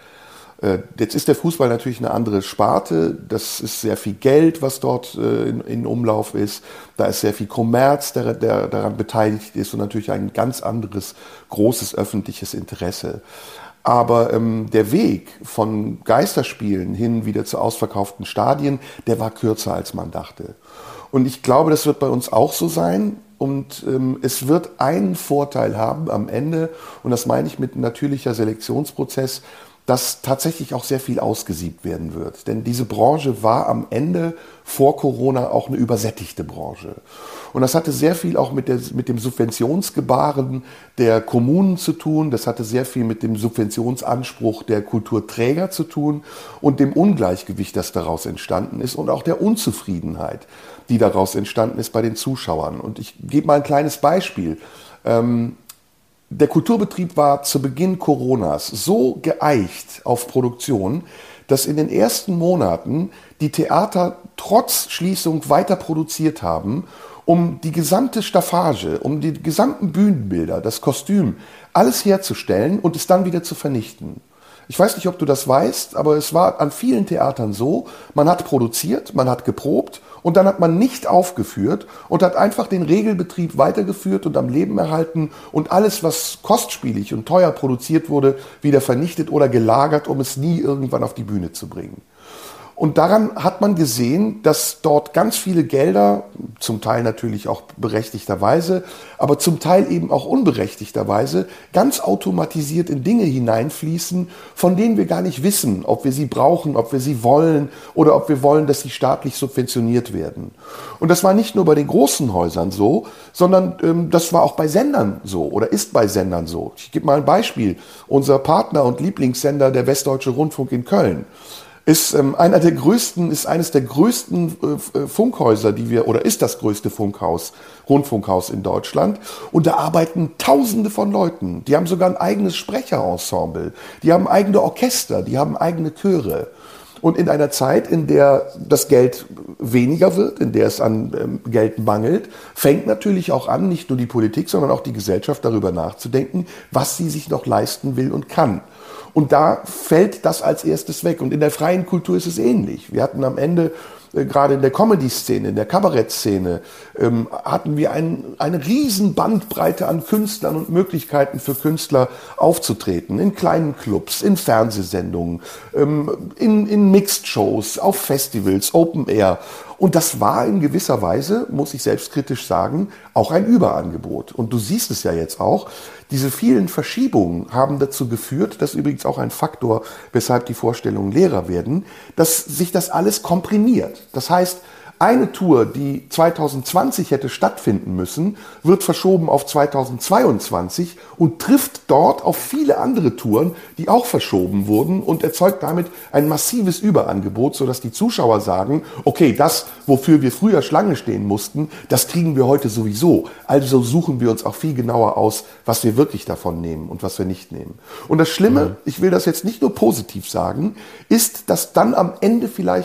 Jetzt ist der Fußball natürlich eine andere Sparte. Das ist sehr viel Geld, was dort äh, in, in Umlauf ist. Da ist sehr viel Kommerz, der, der daran beteiligt ist und natürlich ein ganz anderes, großes öffentliches Interesse. Aber ähm, der Weg von Geisterspielen hin wieder zu ausverkauften Stadien, der war kürzer, als man dachte. Und ich glaube, das wird bei uns auch so sein. Und ähm, es wird einen Vorteil haben am Ende, und das meine ich mit natürlicher Selektionsprozess, dass tatsächlich auch sehr viel ausgesiebt werden wird. Denn diese Branche war am Ende vor Corona auch eine übersättigte Branche. Und das hatte sehr viel auch mit, der, mit dem Subventionsgebaren der Kommunen zu tun. Das hatte sehr viel mit dem Subventionsanspruch der Kulturträger zu tun und dem Ungleichgewicht, das daraus entstanden ist und auch der Unzufriedenheit, die daraus entstanden ist bei den Zuschauern. Und ich gebe mal ein kleines Beispiel. Ähm, Der Kulturbetrieb war zu Beginn Coronas so geeicht auf Produktion, dass in den ersten Monaten die Theater trotz Schließung weiter produziert haben, um die gesamte Staffage, um die gesamten Bühnenbilder, das Kostüm, alles herzustellen und es dann wieder zu vernichten. Ich weiß nicht, ob du das weißt, aber es war an vielen Theatern so, man hat produziert, man hat geprobt und dann hat man nicht aufgeführt und hat einfach den Regelbetrieb weitergeführt und am Leben erhalten und alles, was kostspielig und teuer produziert wurde, wieder vernichtet oder gelagert, um es nie irgendwann auf die Bühne zu bringen. Und daran hat man gesehen, dass dort ganz viele Gelder, zum Teil natürlich auch berechtigterweise, aber zum Teil eben auch unberechtigterweise, ganz automatisiert in Dinge hineinfließen, von denen wir gar nicht wissen, ob wir sie brauchen, ob wir sie wollen oder ob wir wollen, dass sie staatlich subventioniert werden. Und das war nicht nur bei den großen Häusern so, sondern ähm, das war auch bei Sendern so oder ist bei Sendern so. Ich gebe mal ein Beispiel. Unser Partner und Lieblingssender, der Westdeutsche Rundfunk in Köln, ist ähm, einer der größten, ist eines der größten äh, Funkhäuser, die wir, oder ist das größte Funkhaus, Rundfunkhaus in Deutschland. Und da arbeiten Tausende von Leuten. Die haben sogar ein eigenes Sprecherensemble. Die haben eigene Orchester, die haben eigene Chöre. Und in einer Zeit, in der das Geld weniger wird, in der es an ähm, Geld mangelt, fängt natürlich auch an, nicht nur die Politik, sondern auch die Gesellschaft darüber nachzudenken, was sie sich noch leisten will und kann. Und da fällt das als erstes weg. Und in der freien Kultur ist es ähnlich. Wir hatten am Ende, äh, gerade in der Comedy-Szene, in der Kabarettszene, ähm, hatten wir ein, eine riesen Bandbreite an Künstlern und Möglichkeiten für Künstler aufzutreten. In kleinen Clubs, in Fernsehsendungen, ähm, in, in Mixed-Shows, auf Festivals, Open Air. Und das war in gewisser Weise, muss ich selbstkritisch sagen, auch ein Überangebot. Und du siehst es ja jetzt auch, diese vielen Verschiebungen haben dazu geführt, das ist übrigens auch ein Faktor, weshalb die Vorstellungen leerer werden, dass sich das alles komprimiert. Das heißt, eine Tour, die zwanzig zwanzig hätte stattfinden müssen, wird verschoben auf zwanzig zweiundzwanzig und trifft dort auf viele andere Touren, die auch verschoben wurden und erzeugt damit ein massives Überangebot, sodass die Zuschauer sagen, okay, das, wofür wir früher Schlange stehen mussten, das kriegen wir heute sowieso. Also suchen wir uns auch viel genauer aus, was wir wirklich davon nehmen und was wir nicht nehmen. Und das Schlimme, ich will das jetzt nicht nur positiv sagen, ist, dass dann am Ende vielleicht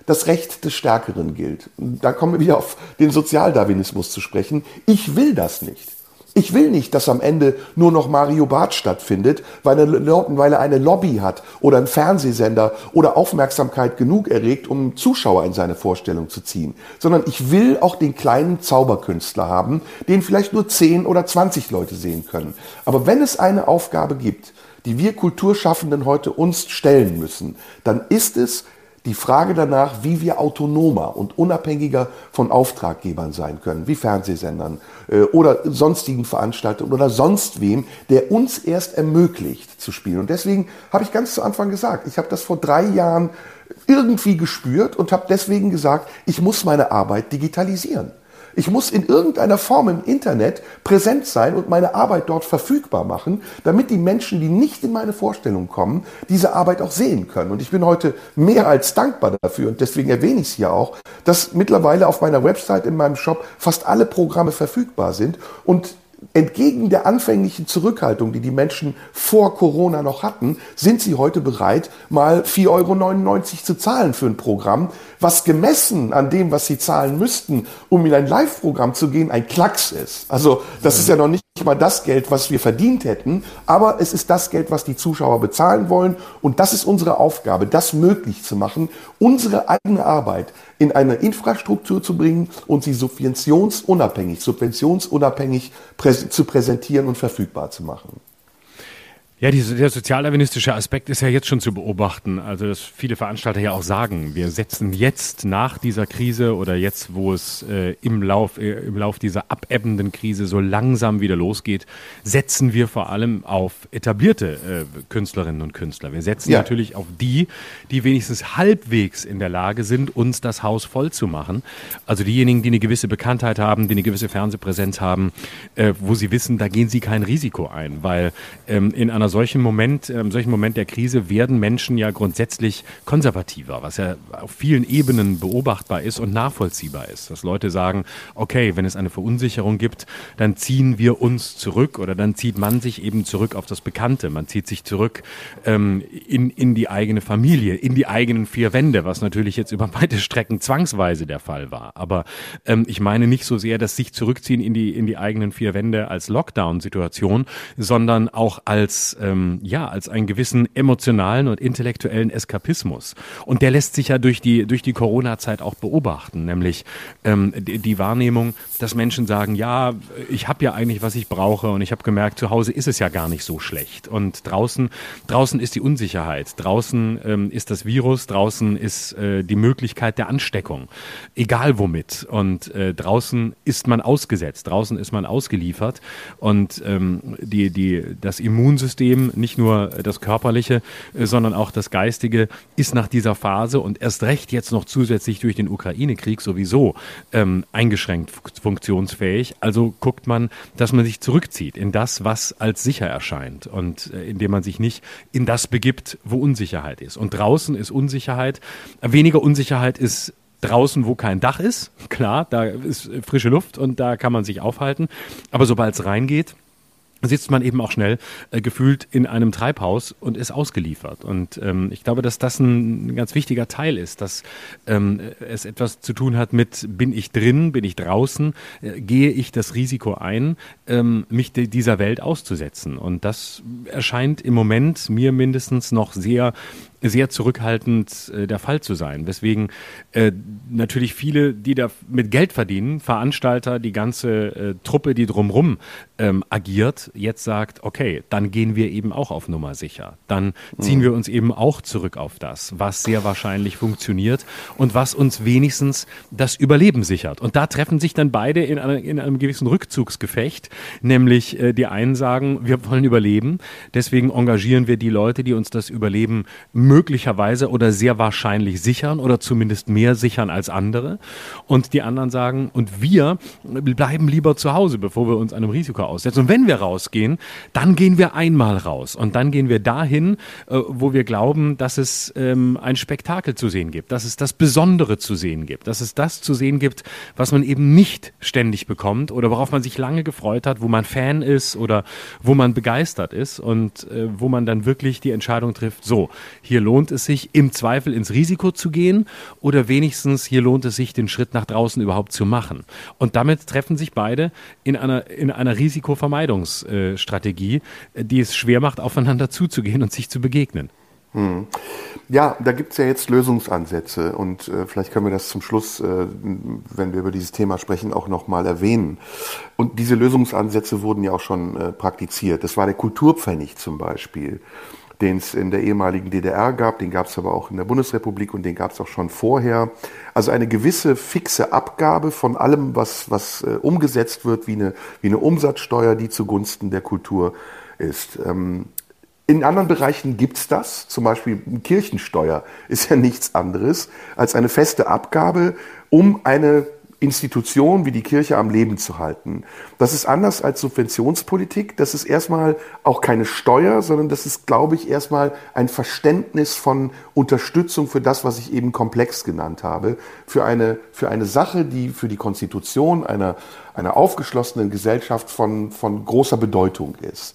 das Recht des Stärkeren gilt. Da kommen wir wieder auf den Sozialdarwinismus zu sprechen. Ich will das nicht. Ich will nicht, dass am Ende nur noch Mario Barth stattfindet, weil er, weil er eine Lobby hat oder ein Fernsehsender oder Aufmerksamkeit genug erregt, um Zuschauer in seine Vorstellung zu ziehen. Sondern ich will auch den kleinen Zauberkünstler haben, den vielleicht nur zehn oder zwanzig Leute sehen können. Aber wenn es eine Aufgabe gibt, die wir Kulturschaffenden heute uns stellen müssen, dann ist es die Frage danach, wie wir autonomer und unabhängiger von Auftraggebern sein können, wie Fernsehsendern äh, oder sonstigen Veranstaltern oder sonst wem, der uns erst ermöglicht zu spielen. Und deswegen habe ich ganz zu Anfang gesagt, ich habe das vor drei Jahren irgendwie gespürt und habe deswegen gesagt, ich muss meine Arbeit digitalisieren. Ich muss in irgendeiner Form im Internet präsent sein und meine Arbeit dort verfügbar machen, damit die Menschen, die nicht in meine Vorstellung kommen, diese Arbeit auch sehen können. Und ich bin heute mehr als dankbar dafür und deswegen erwähne ich es hier auch, dass mittlerweile auf meiner Website, in meinem Shop fast alle Programme verfügbar sind und entgegen der anfänglichen Zurückhaltung, die die Menschen vor Corona noch hatten, sind sie heute bereit, mal vier Euro neunundneunzig zu zahlen für ein Programm, was gemessen an dem, was sie zahlen müssten, um in ein Live-Programm zu gehen, ein Klacks ist. Also das ist ja noch nicht mal das Geld, was wir verdient hätten, aber es ist das Geld, was die Zuschauer bezahlen wollen und das ist unsere Aufgabe, das möglich zu machen, unsere eigene Arbeit in eine Infrastruktur zu bringen und sie subventionsunabhängig, subventionsunabhängig prä- zu präsentieren und verfügbar zu machen. Ja, diese, der sozialdarwinistische Aspekt ist ja jetzt schon zu beobachten. Also, dass viele Veranstalter ja auch sagen, wir setzen jetzt nach dieser Krise oder jetzt, wo es äh, im Lauf, äh, im Lauf dieser abebbenden Krise so langsam wieder losgeht, setzen wir vor allem auf etablierte äh, Künstlerinnen und Künstler. Wir setzen ja. natürlich auf die, die wenigstens halbwegs in der Lage sind, uns das Haus voll zu machen. Also diejenigen, die eine gewisse Bekanntheit haben, die eine gewisse Fernsehpräsenz haben, äh, wo sie wissen, da gehen sie kein Risiko ein, weil ähm, in einer solchen Moment, ähm, solchen Moment der Krise werden Menschen ja grundsätzlich konservativer, was ja auf vielen Ebenen beobachtbar ist und nachvollziehbar ist. Dass Leute sagen, okay, wenn es eine Verunsicherung gibt, dann ziehen wir uns zurück oder dann zieht man sich eben zurück auf das Bekannte. Man zieht sich zurück ähm, in, in die eigene Familie, in die eigenen vier Wände, was natürlich jetzt über weite Strecken zwangsweise der Fall war. Aber ähm, ich meine nicht so sehr das sich zurückziehen in die, in die eigenen vier Wände als Lockdown-Situation, sondern auch als Ähm, ja, als einen gewissen emotionalen und intellektuellen Eskapismus. Und der lässt sich ja durch die, durch die Corona-Zeit auch beobachten, nämlich ähm, die, die Wahrnehmung, dass Menschen sagen, ja, ich habe ja eigentlich, was ich brauche und ich habe gemerkt, zu Hause ist es ja gar nicht so schlecht. Und draußen, draußen ist die Unsicherheit, draußen ähm, ist das Virus, draußen ist äh, die Möglichkeit der Ansteckung, egal womit. Und äh, draußen ist man ausgesetzt, draußen ist man ausgeliefert und ähm, die, die, das Immunsystem, nicht nur das Körperliche, sondern auch das Geistige, ist nach dieser Phase und erst recht jetzt noch zusätzlich durch den Ukraine-Krieg sowieso ähm, eingeschränkt funktionsfähig. Also guckt man, dass man sich zurückzieht in das, was als sicher erscheint und äh, indem man sich nicht in das begibt, wo Unsicherheit ist. Und draußen ist Unsicherheit, weniger Unsicherheit ist draußen, wo kein Dach ist. Klar, da ist frische Luft und da kann man sich aufhalten. Aber sobald es reingeht, sitzt man eben auch schnell äh, gefühlt in einem Treibhaus und ist ausgeliefert. Und ähm, ich glaube, dass das ein ganz wichtiger Teil ist, dass ähm, es etwas zu tun hat mit, bin ich drin, bin ich draußen, äh, gehe ich das Risiko ein, ähm, mich de- dieser Welt auszusetzen. Und das erscheint im Moment mir mindestens noch sehr sehr zurückhaltend äh, der Fall zu sein. Weswegen äh, natürlich viele, die da mit Geld verdienen, Veranstalter, die ganze äh, Truppe, die drumrum ähm, agiert, jetzt sagt, okay, dann gehen wir eben auch auf Nummer sicher. Dann ziehen mhm. wir uns eben auch zurück auf das, was sehr wahrscheinlich funktioniert und was uns wenigstens das Überleben sichert. Und da treffen sich dann beide in, einer, in einem gewissen Rückzugsgefecht, nämlich äh, die einen sagen, wir wollen überleben, deswegen engagieren wir die Leute, die uns das Überleben möglicherweise oder sehr wahrscheinlich sichern oder zumindest mehr sichern als andere. Und die anderen sagen, und wir bleiben lieber zu Hause, bevor wir uns einem Risiko aussetzen. Und wenn wir rausgehen, dann gehen wir einmal raus. Und dann gehen wir dahin, äh, wo wir glauben, dass es ähm, ein Spektakel zu sehen gibt, dass es das Besondere zu sehen gibt, dass es das zu sehen gibt, was man eben nicht ständig bekommt oder worauf man sich lange gefreut hat, wo man Fan ist oder wo man begeistert ist und äh, wo man dann wirklich die Entscheidung trifft, so, hier hier lohnt es sich, im Zweifel ins Risiko zu gehen oder wenigstens hier lohnt es sich, den Schritt nach draußen überhaupt zu machen. Und damit treffen sich beide in einer, in einer Risikovermeidungsstrategie, die es schwer macht, aufeinander zuzugehen und sich zu begegnen. Hm. Ja, da gibt es ja jetzt Lösungsansätze und äh, vielleicht können wir das zum Schluss, äh, wenn wir über dieses Thema sprechen, auch nochmal erwähnen. Und diese Lösungsansätze wurden ja auch schon äh, praktiziert. Das war der Kulturpfennig zum Beispiel, den es in der ehemaligen D D R gab, den gab es aber auch in der Bundesrepublik und den gab es auch schon vorher. Also eine gewisse fixe Abgabe von allem, was, was äh, umgesetzt wird, wie eine, wie eine Umsatzsteuer, die zugunsten der Kultur ist. Ähm, In anderen Bereichen gibt's das, zum Beispiel Kirchensteuer ist ja nichts anderes als eine feste Abgabe, um eine Institution wie die Kirche am Leben zu halten. Das ist anders als Subventionspolitik, das ist erstmal auch keine Steuer, sondern das ist, glaube ich, erstmal ein Verständnis von Unterstützung für das, was ich eben komplex genannt habe, für eine, für eine Sache, die für die Konstitution einer, einer aufgeschlossenen Gesellschaft von, von großer Bedeutung ist.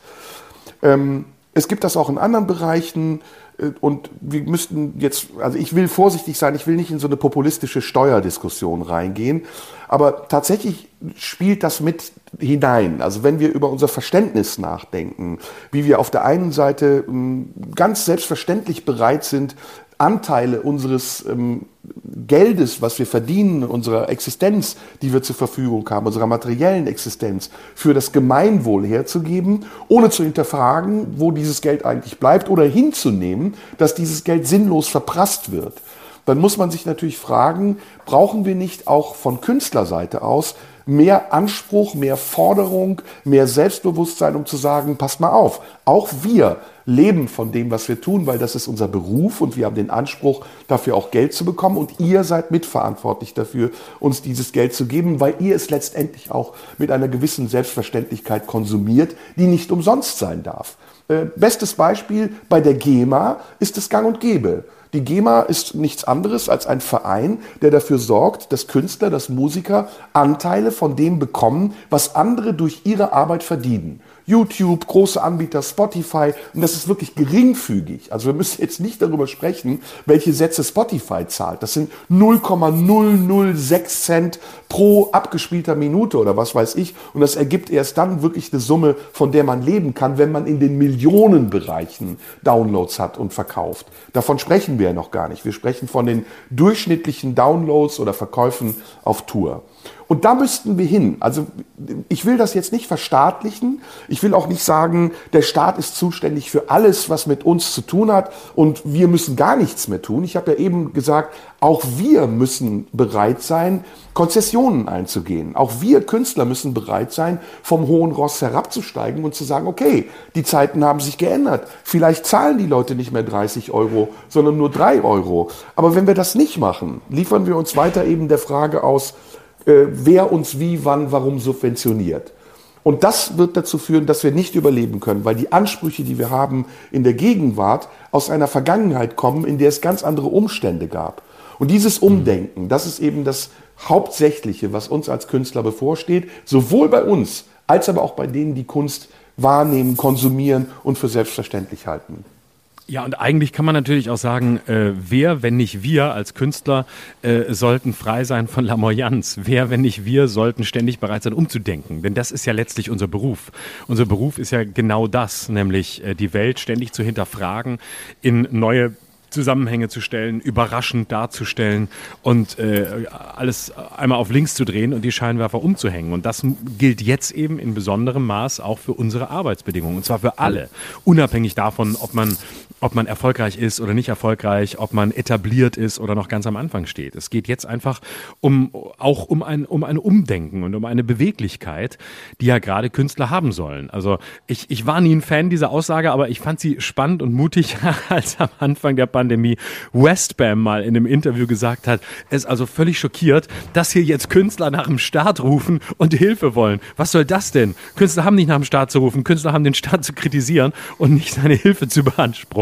Ähm, Es gibt das auch in anderen Bereichen und wir müssten jetzt, also ich will vorsichtig sein, ich will nicht in so eine populistische Steuerdiskussion reingehen, aber tatsächlich spielt das mit hinein. Also wenn wir über unser Verständnis nachdenken, wie wir auf der einen Seite ganz selbstverständlich bereit sind, Anteile unseres ähm, Geldes, was wir verdienen, unserer Existenz, die wir zur Verfügung haben, unserer materiellen Existenz, für das Gemeinwohl herzugeben, ohne zu hinterfragen, wo dieses Geld eigentlich bleibt oder hinzunehmen, dass dieses Geld sinnlos verprasst wird. Dann muss man sich natürlich fragen, brauchen wir nicht auch von Künstlerseite aus mehr Anspruch, mehr Forderung, mehr Selbstbewusstsein, um zu sagen, passt mal auf, auch wir leben von dem, was wir tun, weil das ist unser Beruf und wir haben den Anspruch, dafür auch Geld zu bekommen und ihr seid mitverantwortlich dafür, uns dieses Geld zu geben, weil ihr es letztendlich auch mit einer gewissen Selbstverständlichkeit konsumiert, die nicht umsonst sein darf. Äh, bestes Beispiel, bei der GEMA ist es gang und gäbe. Die GEMA ist nichts anderes als ein Verein, der dafür sorgt, dass Künstler, dass Musiker Anteile von dem bekommen, was andere durch ihre Arbeit verdienen. YouTube, große Anbieter, Spotify, und das ist wirklich geringfügig. Also wir müssen jetzt nicht darüber sprechen, welche Sätze Spotify zahlt. Das sind null Komma null null sechs Cent pro abgespielter Minute oder was weiß ich. Und das ergibt erst dann wirklich eine Summe, von der man leben kann, wenn man in den Millionenbereichen Downloads hat und verkauft. Davon sprechen wir ja noch gar nicht. Wir sprechen von den durchschnittlichen Downloads oder Verkäufen auf Tour. Und da müssten wir hin. Also ich will das jetzt nicht verstaatlichen. Ich will auch nicht sagen, der Staat ist zuständig für alles, was mit uns zu tun hat und wir müssen gar nichts mehr tun. Ich habe ja eben gesagt, auch wir müssen bereit sein, Konzessionen einzugehen. Auch wir Künstler müssen bereit sein, vom hohen Ross herabzusteigen und zu sagen, okay, die Zeiten haben sich geändert. Vielleicht zahlen die Leute nicht mehr dreißig Euro, sondern nur drei Euro. Aber wenn wir das nicht machen, liefern wir uns weiter eben der Frage aus, äh, wer uns wie, wann, warum subventioniert. Und das wird dazu führen, dass wir nicht überleben können, weil die Ansprüche, die wir haben in der Gegenwart, aus einer Vergangenheit kommen, in der es ganz andere Umstände gab. Und dieses Umdenken, das ist eben das Hauptsächliche, was uns als Künstler bevorsteht, sowohl bei uns, als aber auch bei denen, die Kunst wahrnehmen, konsumieren und für selbstverständlich halten. Ja, und eigentlich kann man natürlich auch sagen, äh, wer, wenn nicht wir als Künstler, äh, sollten frei sein von Lamoyanz. Wer, wenn nicht wir, sollten ständig bereit sein, umzudenken. Denn das ist ja letztlich unser Beruf. Unser Beruf ist ja genau das, nämlich äh, die Welt ständig zu hinterfragen, in neue Zusammenhänge zu stellen, überraschend darzustellen und äh, alles einmal auf links zu drehen und die Scheinwerfer umzuhängen. Und das gilt jetzt eben in besonderem Maß auch für unsere Arbeitsbedingungen. Und zwar für alle. Unabhängig davon, ob man, ob man erfolgreich ist oder nicht erfolgreich, ob man etabliert ist oder noch ganz am Anfang steht. Es geht jetzt einfach um, auch um ein, um ein Umdenken und um eine Beweglichkeit, die ja gerade Künstler haben sollen. Also ich, ich war nie ein Fan dieser Aussage, aber ich fand sie spannend und mutig, als am Anfang der Pandemie Pandemie Westbam mal in einem Interview gesagt hat, er ist also völlig schockiert, dass hier jetzt Künstler nach dem Staat rufen und Hilfe wollen. Was soll das denn? Künstler haben nicht nach dem Staat zu rufen, Künstler haben den Staat zu kritisieren und nicht seine Hilfe zu beanspruchen.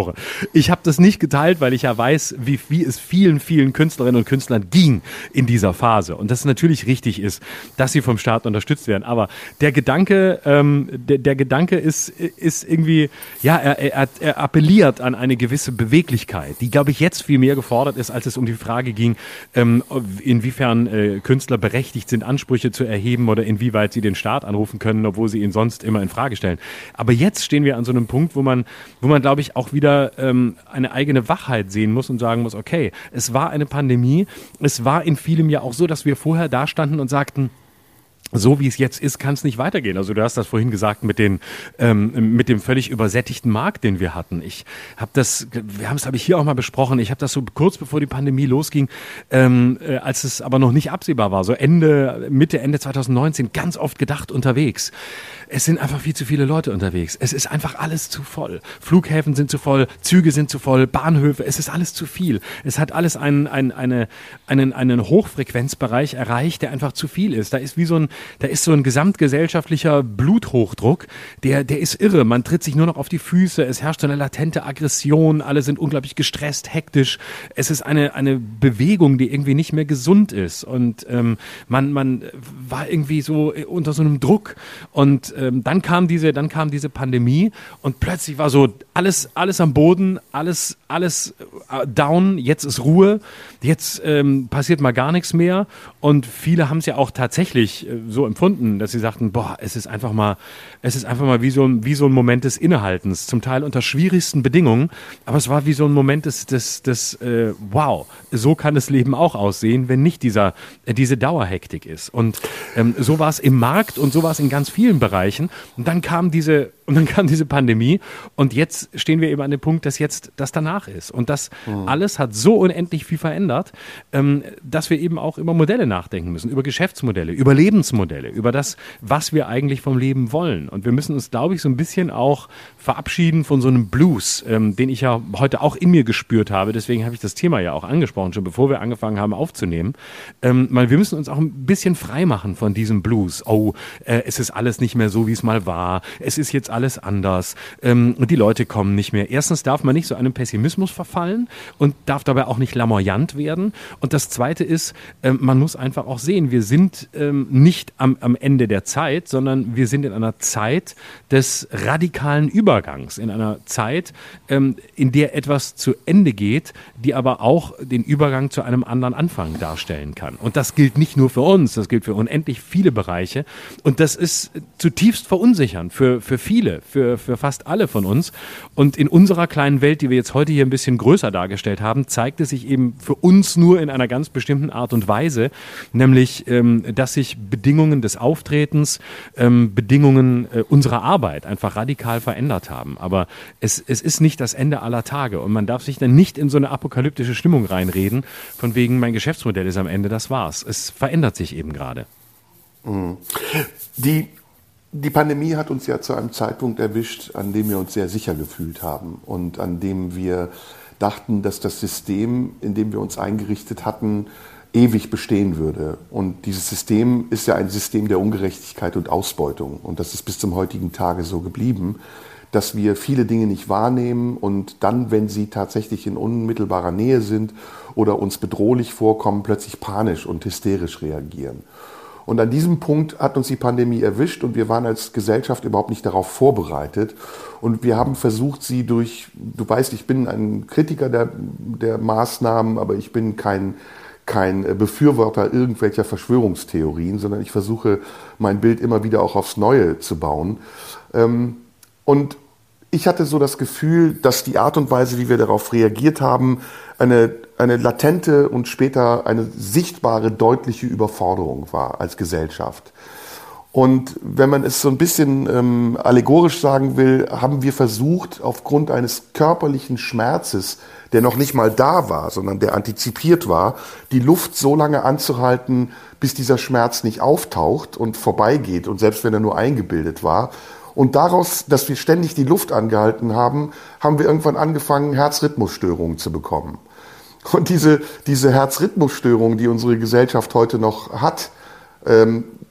Woche. Ich habe das nicht geteilt, weil ich ja weiß, wie, wie es vielen, vielen Künstlerinnen und Künstlern ging in dieser Phase. Und dass es natürlich richtig ist, dass sie vom Staat unterstützt werden. Aber der Gedanke, ähm, der, der Gedanke ist, ist irgendwie, ja, er, er, er appelliert an eine gewisse Beweglichkeit, die, glaube ich, jetzt viel mehr gefordert ist, als es um die Frage ging, ähm, inwiefern äh, Künstler berechtigt sind, Ansprüche zu erheben oder inwieweit sie den Staat anrufen können, obwohl sie ihn sonst immer in Frage stellen. Aber jetzt stehen wir an so einem Punkt, wo man, wo man, glaube ich, auch wieder ähm, eine eigene Wachheit sehen muss und sagen muss, okay, es war eine Pandemie, es war in vielem ja auch so, dass wir vorher da standen und sagten, so wie es jetzt ist, kann es nicht weitergehen. Also du hast das vorhin gesagt mit den ähm, mit dem völlig übersättigten Markt, den wir hatten. Ich habe das, wir haben es, glaube ich, hier auch mal besprochen. Ich habe das so kurz bevor die Pandemie losging, ähm, äh, als es aber noch nicht absehbar war, so Ende Mitte Ende zwanzig neunzehn, ganz oft gedacht unterwegs. Es sind einfach viel zu viele Leute unterwegs. Es ist einfach alles zu voll. Flughäfen sind zu voll, Züge sind zu voll, Bahnhöfe, es ist alles zu viel. Es hat alles einen, einen, eine, einen, einen Hochfrequenzbereich erreicht, der einfach zu viel ist. Da ist wie so ein, da ist so ein gesamtgesellschaftlicher Bluthochdruck, der, der ist irre. Man tritt sich nur noch auf die Füße, es herrscht so eine latente Aggression, alle sind unglaublich gestresst, hektisch. Es ist eine, eine Bewegung, die irgendwie nicht mehr gesund ist. Und ähm, man, man war irgendwie so unter so einem Druck. Und ähm, dann kam diese, dann kam diese Pandemie und plötzlich war so alles, alles am Boden, alles, alles down. Jetzt ist Ruhe. Jetzt ähm, passiert mal gar nichts mehr. Und viele haben es ja auch tatsächlich äh, so empfunden, dass sie sagten, boah, es ist einfach mal, es ist einfach mal wie so ein, wie so ein Moment des Innehaltens. Zum Teil unter schwierigsten Bedingungen. Aber es war wie so ein Moment des, des, des äh, wow, so kann das Leben auch aussehen, wenn nicht dieser, äh, diese Dauerhektik ist. Und ähm, so war es im Markt und so war es in ganz vielen Bereichen. Und dann kam diese, und dann kam diese Pandemie und jetzt stehen wir eben an dem Punkt, dass jetzt das danach ist. Und das mhm. alles hat so unendlich viel verändert, ähm, dass wir eben auch über Modelle nachdenken müssen, über Geschäftsmodelle, über Lebensmodelle, über das, was wir eigentlich vom Leben wollen. Und wir müssen uns, glaube ich, so ein bisschen auch verabschieden von so einem Blues, ähm, den ich ja heute auch in mir gespürt habe. Deswegen habe ich das Thema ja auch angesprochen, schon bevor wir angefangen haben aufzunehmen. Ähm, weil wir müssen uns auch ein bisschen frei machen von diesem Blues. Oh, äh, es ist alles nicht mehr so, wie es mal war. Es ist jetzt alles anders. Ähm, und die Leute kommen nicht mehr. Erstens darf man nicht so einem Pessimismus verfallen und darf dabei auch nicht lamoyant werden. Und das Zweite ist, ähm, man muss einfach auch sehen, wir sind ähm, nicht am, am Ende der Zeit, sondern wir sind in einer Zeit des radikalen Übergangs, in einer Zeit, ähm, in der etwas zu Ende geht, die aber auch den Übergang zu einem anderen Anfang darstellen kann. Und das gilt nicht nur für uns, das gilt für unendlich viele Bereiche. Und das ist zutiefst verunsichernd für, für viele, für, für fast alle von uns. Und in unserer kleinen Welt, die wir jetzt heute hier ein bisschen größer dargestellt haben, zeigt es sich eben für uns nur in einer ganz bestimmten Art und Weise, nämlich, ähm, dass sich Bedingungen des Auftretens, ähm, Bedingungen äh, unserer Arbeit einfach radikal verändert haben. Aber es, es ist nicht das Ende aller Tage und man darf sich dann nicht in so eine apokalyptische Stimmung reinreden, von wegen, mein Geschäftsmodell ist am Ende, das war's. Es verändert sich eben gerade. Die, die Pandemie hat uns ja zu einem Zeitpunkt erwischt, an dem wir uns sehr sicher gefühlt haben und an dem wir dachten, dass das System, in dem wir uns eingerichtet hatten, ewig bestehen würde. Und dieses System ist ja ein System der Ungerechtigkeit und Ausbeutung. Und das ist bis zum heutigen Tage so geblieben, dass wir viele Dinge nicht wahrnehmen und dann, wenn sie tatsächlich in unmittelbarer Nähe sind oder uns bedrohlich vorkommen, plötzlich panisch und hysterisch reagieren. Und an diesem Punkt hat uns die Pandemie erwischt und wir waren als Gesellschaft überhaupt nicht darauf vorbereitet. Und wir haben versucht, sie durch, du weißt, ich bin ein Kritiker der, der Maßnahmen, aber ich bin kein, kein Befürworter irgendwelcher Verschwörungstheorien, sondern ich versuche, mein Bild immer wieder auch aufs Neue zu bauen. Und ich hatte so das Gefühl, dass die Art und Weise, wie wir darauf reagiert haben, eine, eine latente und später eine sichtbare, deutliche Überforderung war als Gesellschaft. Und wenn man es so ein bisschen ähm, allegorisch sagen will, haben wir versucht, aufgrund eines körperlichen Schmerzes, der noch nicht mal da war, sondern der antizipiert war, die Luft so lange anzuhalten, bis dieser Schmerz nicht auftaucht und vorbeigeht und selbst wenn er nur eingebildet war. Und daraus, dass wir ständig die Luft angehalten haben, haben wir irgendwann angefangen, Herzrhythmusstörungen zu bekommen. Und diese, diese Herzrhythmusstörungen, die unsere Gesellschaft heute noch hat, ähm,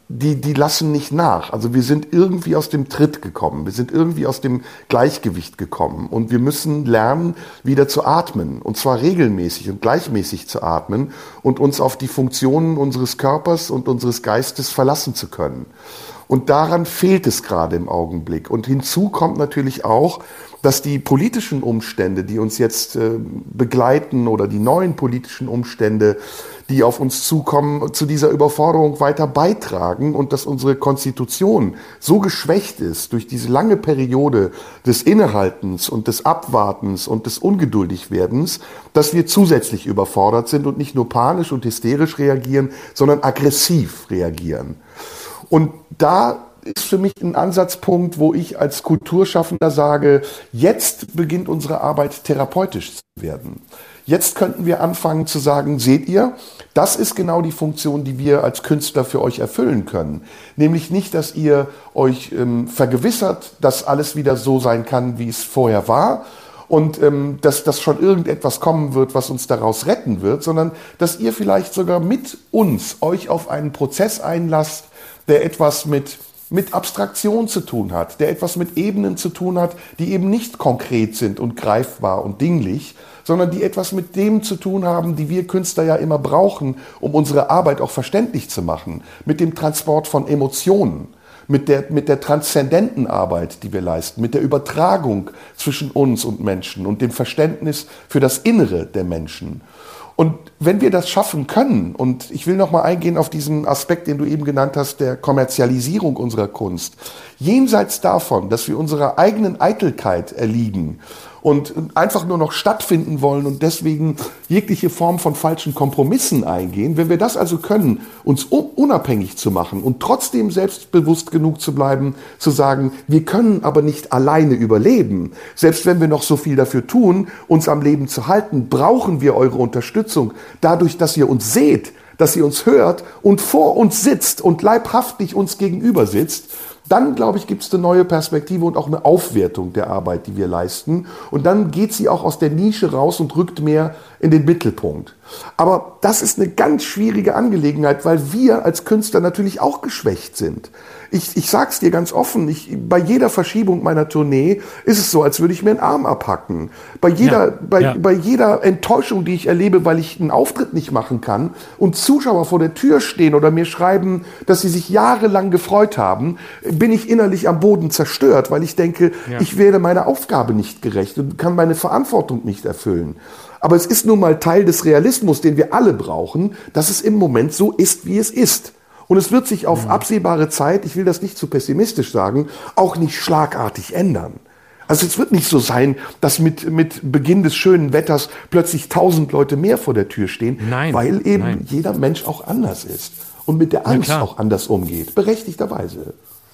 die, die lassen nicht nach. Also wir sind irgendwie aus dem Tritt gekommen. Wir sind irgendwie aus dem Gleichgewicht gekommen. Und wir müssen lernen, wieder zu atmen. Und zwar regelmäßig und gleichmäßig zu atmen und uns auf die Funktionen unseres Körpers und unseres Geistes verlassen zu können. Und daran fehlt es gerade im Augenblick. Und hinzu kommt natürlich auch, dass die politischen Umstände, die uns jetzt äh, begleiten oder die neuen politischen Umstände, die auf uns zukommen, zu dieser Überforderung weiter beitragen und dass unsere Konstitution so geschwächt ist durch diese lange Periode des Innehaltens und des Abwartens und des Ungeduldigwerdens, dass wir zusätzlich überfordert sind und nicht nur panisch und hysterisch reagieren, sondern aggressiv reagieren. Und da ist für mich ein Ansatzpunkt, wo ich als Kulturschaffender sage, jetzt beginnt unsere Arbeit therapeutisch zu werden. Jetzt könnten wir anfangen zu sagen, seht ihr, das ist genau die Funktion, die wir als Künstler für euch erfüllen können. Nämlich nicht, dass ihr euch ähm, vergewissert, dass alles wieder so sein kann, wie es vorher war und ähm, dass, dass schon irgendetwas kommen wird, was uns daraus retten wird, sondern dass ihr vielleicht sogar mit uns euch auf einen Prozess einlasst, der etwas mit mit Abstraktion zu tun hat, der etwas mit Ebenen zu tun hat, die eben nicht konkret sind und greifbar und dinglich, sondern die etwas mit dem zu tun haben, die wir Künstler ja immer brauchen, um unsere Arbeit auch verständlich zu machen, mit dem Transport von Emotionen, mit der, mit der transzendenten Arbeit, die wir leisten, mit der Übertragung zwischen uns und Menschen und dem Verständnis für das Innere der Menschen. Und wenn wir das schaffen können, und ich will noch mal eingehen auf diesen Aspekt, den du eben genannt hast, der Kommerzialisierung unserer Kunst, jenseits davon, dass wir unserer eigenen Eitelkeit erliegen und einfach nur noch stattfinden wollen und deswegen jegliche Form von falschen Kompromissen eingehen, wenn wir das also können, uns unabhängig zu machen und trotzdem selbstbewusst genug zu bleiben, zu sagen, wir können aber nicht alleine überleben. Selbst wenn wir noch so viel dafür tun, uns am Leben zu halten, brauchen wir eure Unterstützung. Dadurch, dass ihr uns seht, dass ihr uns hört und vor uns sitzt und leibhaftig uns gegenüber sitzt, dann, glaube ich, gibt es eine neue Perspektive und auch eine Aufwertung der Arbeit, die wir leisten. Und dann geht sie auch aus der Nische raus und rückt mehr in den Mittelpunkt. Aber das ist eine ganz schwierige Angelegenheit, weil wir als Künstler natürlich auch geschwächt sind. Ich, ich sag's dir ganz offen, ich, bei jeder Verschiebung meiner Tournee ist es so, als würde ich mir einen Arm abhacken. Bei jeder, ja, bei, ja. bei jeder Enttäuschung, die ich erlebe, weil ich einen Auftritt nicht machen kann und Zuschauer vor der Tür stehen oder mir schreiben, dass sie sich jahrelang gefreut haben, bin ich innerlich am Boden zerstört, weil ich denke, ja. ich werde meiner Aufgabe nicht gerecht und kann meine Verantwortung nicht erfüllen. Aber es ist nun mal Teil des Realismus, den wir alle brauchen, dass es im Moment so ist, wie es ist. Und es wird sich auf absehbare Zeit, ich will das nicht zu pessimistisch sagen, auch nicht schlagartig ändern. Also es wird nicht so sein, dass mit, mit Beginn des schönen Wetters plötzlich tausend Leute mehr vor der Tür stehen, nein, weil eben nein. jeder Mensch auch anders ist und mit der Angst auch anders umgeht, berechtigterweise.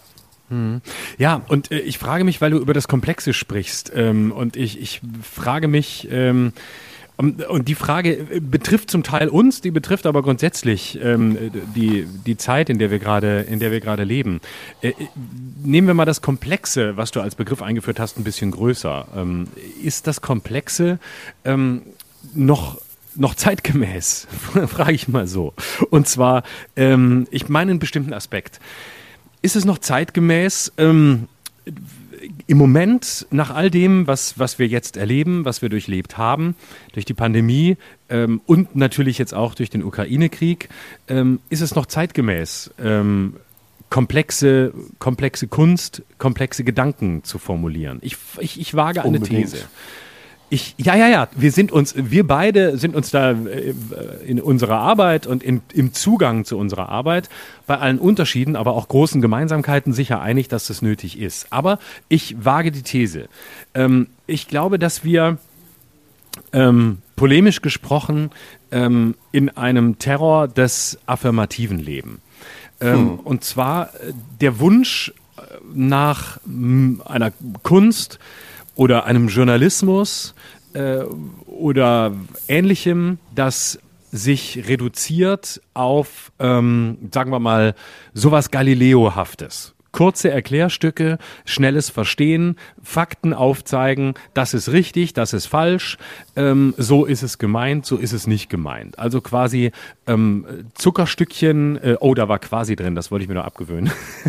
Ja, und äh, ich frage mich, weil du über das Komplexe sprichst, ähm, und ich, ich frage mich, ähm, Und, und die Frage betrifft zum Teil uns, die betrifft aber grundsätzlich ähm, die, die Zeit, in der wir gerade, in der wir gerade leben. Äh, nehmen wir mal das Komplexe, was du als Begriff eingeführt hast, ein bisschen größer. Ähm, ist das Komplexe ähm, noch noch zeitgemäß? Frage ich mal so. Und zwar, ähm, ich meine einen bestimmten Aspekt. Ist es noch zeitgemäß? Ähm, Im Moment, nach all dem, was, was wir jetzt erleben, was wir durchlebt haben, durch die Pandemie ähm, und natürlich jetzt auch durch den Ukraine-Krieg, ähm, ist es noch zeitgemäß, ähm, komplexe, komplexe Kunst, komplexe Gedanken zu formulieren. Ich, ich, ich wage eine Unbedingt. These. Ich, ja, ja, ja, wir sind uns, wir beide sind uns da in unserer Arbeit und in, im Zugang zu unserer Arbeit bei allen Unterschieden, aber auch großen Gemeinsamkeiten sicher einig, dass das nötig ist. Aber ich wage die These. Ähm, ich glaube, dass wir ähm, polemisch gesprochen ähm, in einem Terror des Affirmativen leben. Ähm, hm. Und zwar der Wunsch nach m, einer Kunst, oder einem Journalismus äh, oder Ähnlichem, das sich reduziert auf, ähm, sagen wir mal, sowas Galileo-haftes. kurze Erklärstücke, schnelles Verstehen, Fakten aufzeigen, das ist richtig, das ist falsch, ähm, so ist es gemeint, so ist es nicht gemeint. Also quasi ähm, Zuckerstückchen, äh, oh, da war quasi drin, das wollte ich mir noch abgewöhnen.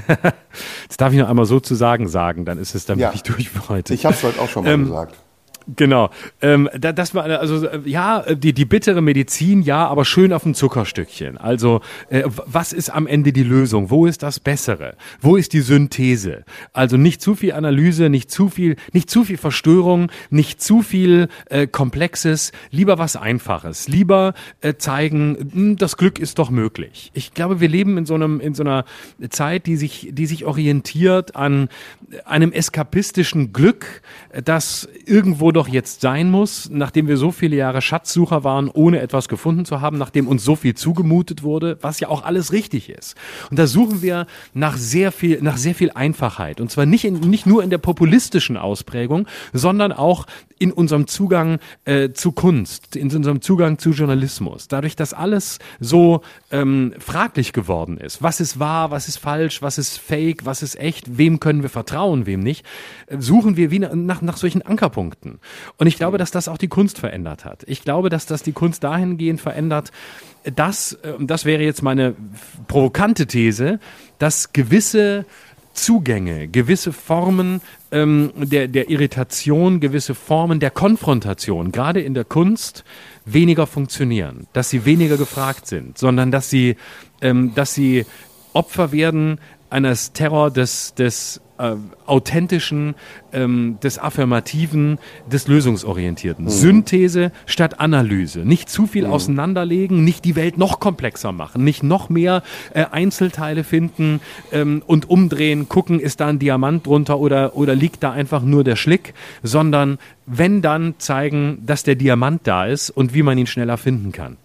Jetzt darf ich noch einmal sozusagen sagen, dann ist es dann Ja. wirklich durch für heute. Ich habe es heute auch schon mal Ähm, gesagt. Genau. Ähm, da, das war also äh, ja die die bittere Medizin, ja, aber schön auf dem Zuckerstückchen. Also äh, w- was ist am Ende die Lösung? Wo ist das Bessere? Wo ist die Synthese? Also nicht zu viel Analyse, nicht zu viel, nicht zu viel Verstörung, nicht zu viel äh, Komplexes. Lieber was Einfaches. Lieber äh, zeigen, mh, das Glück ist doch möglich. Ich glaube, wir leben in so einem in so einer Zeit, die sich die sich orientiert an einem eskapistischen Glück, das irgendwo doch jetzt sein muss, nachdem wir so viele Jahre Schatzsucher waren, ohne etwas gefunden zu haben, nachdem uns so viel zugemutet wurde, was ja auch alles richtig ist. Und da suchen wir nach sehr viel, nach sehr viel Einfachheit. Und zwar nicht in, nicht nur in der populistischen Ausprägung, sondern auch in unserem Zugang äh, zu Kunst, in unserem Zugang zu Journalismus. Dadurch, dass alles so ähm, fraglich geworden ist. Was ist wahr, was ist falsch, was ist fake, was ist echt, wem können wir vertrauen, wem nicht, äh, suchen wir wie nach, nach solchen Ankerpunkten. Und ich glaube, dass das auch die Kunst verändert hat. Ich glaube, dass das die Kunst dahingehend verändert, dass, äh, das wäre jetzt meine provokante These, dass gewisse Zugänge, gewisse Formen ähm, der, der Irritation, gewisse Formen der Konfrontation, gerade in der Kunst, weniger funktionieren, dass sie weniger gefragt sind, sondern dass sie, ähm, dass sie Opfer werden eines Terror des, des äh, authentischen, ähm, des affirmativen, des lösungsorientierten. Mhm. Synthese statt Analyse. Nicht zu viel mhm. auseinanderlegen, nicht die Welt noch komplexer machen, nicht noch mehr äh, Einzelteile finden ähm, und umdrehen, gucken, ist da ein Diamant drunter oder, oder liegt da einfach nur der Schlick, sondern wenn dann zeigen, dass der Diamant da ist und wie man ihn schneller finden kann.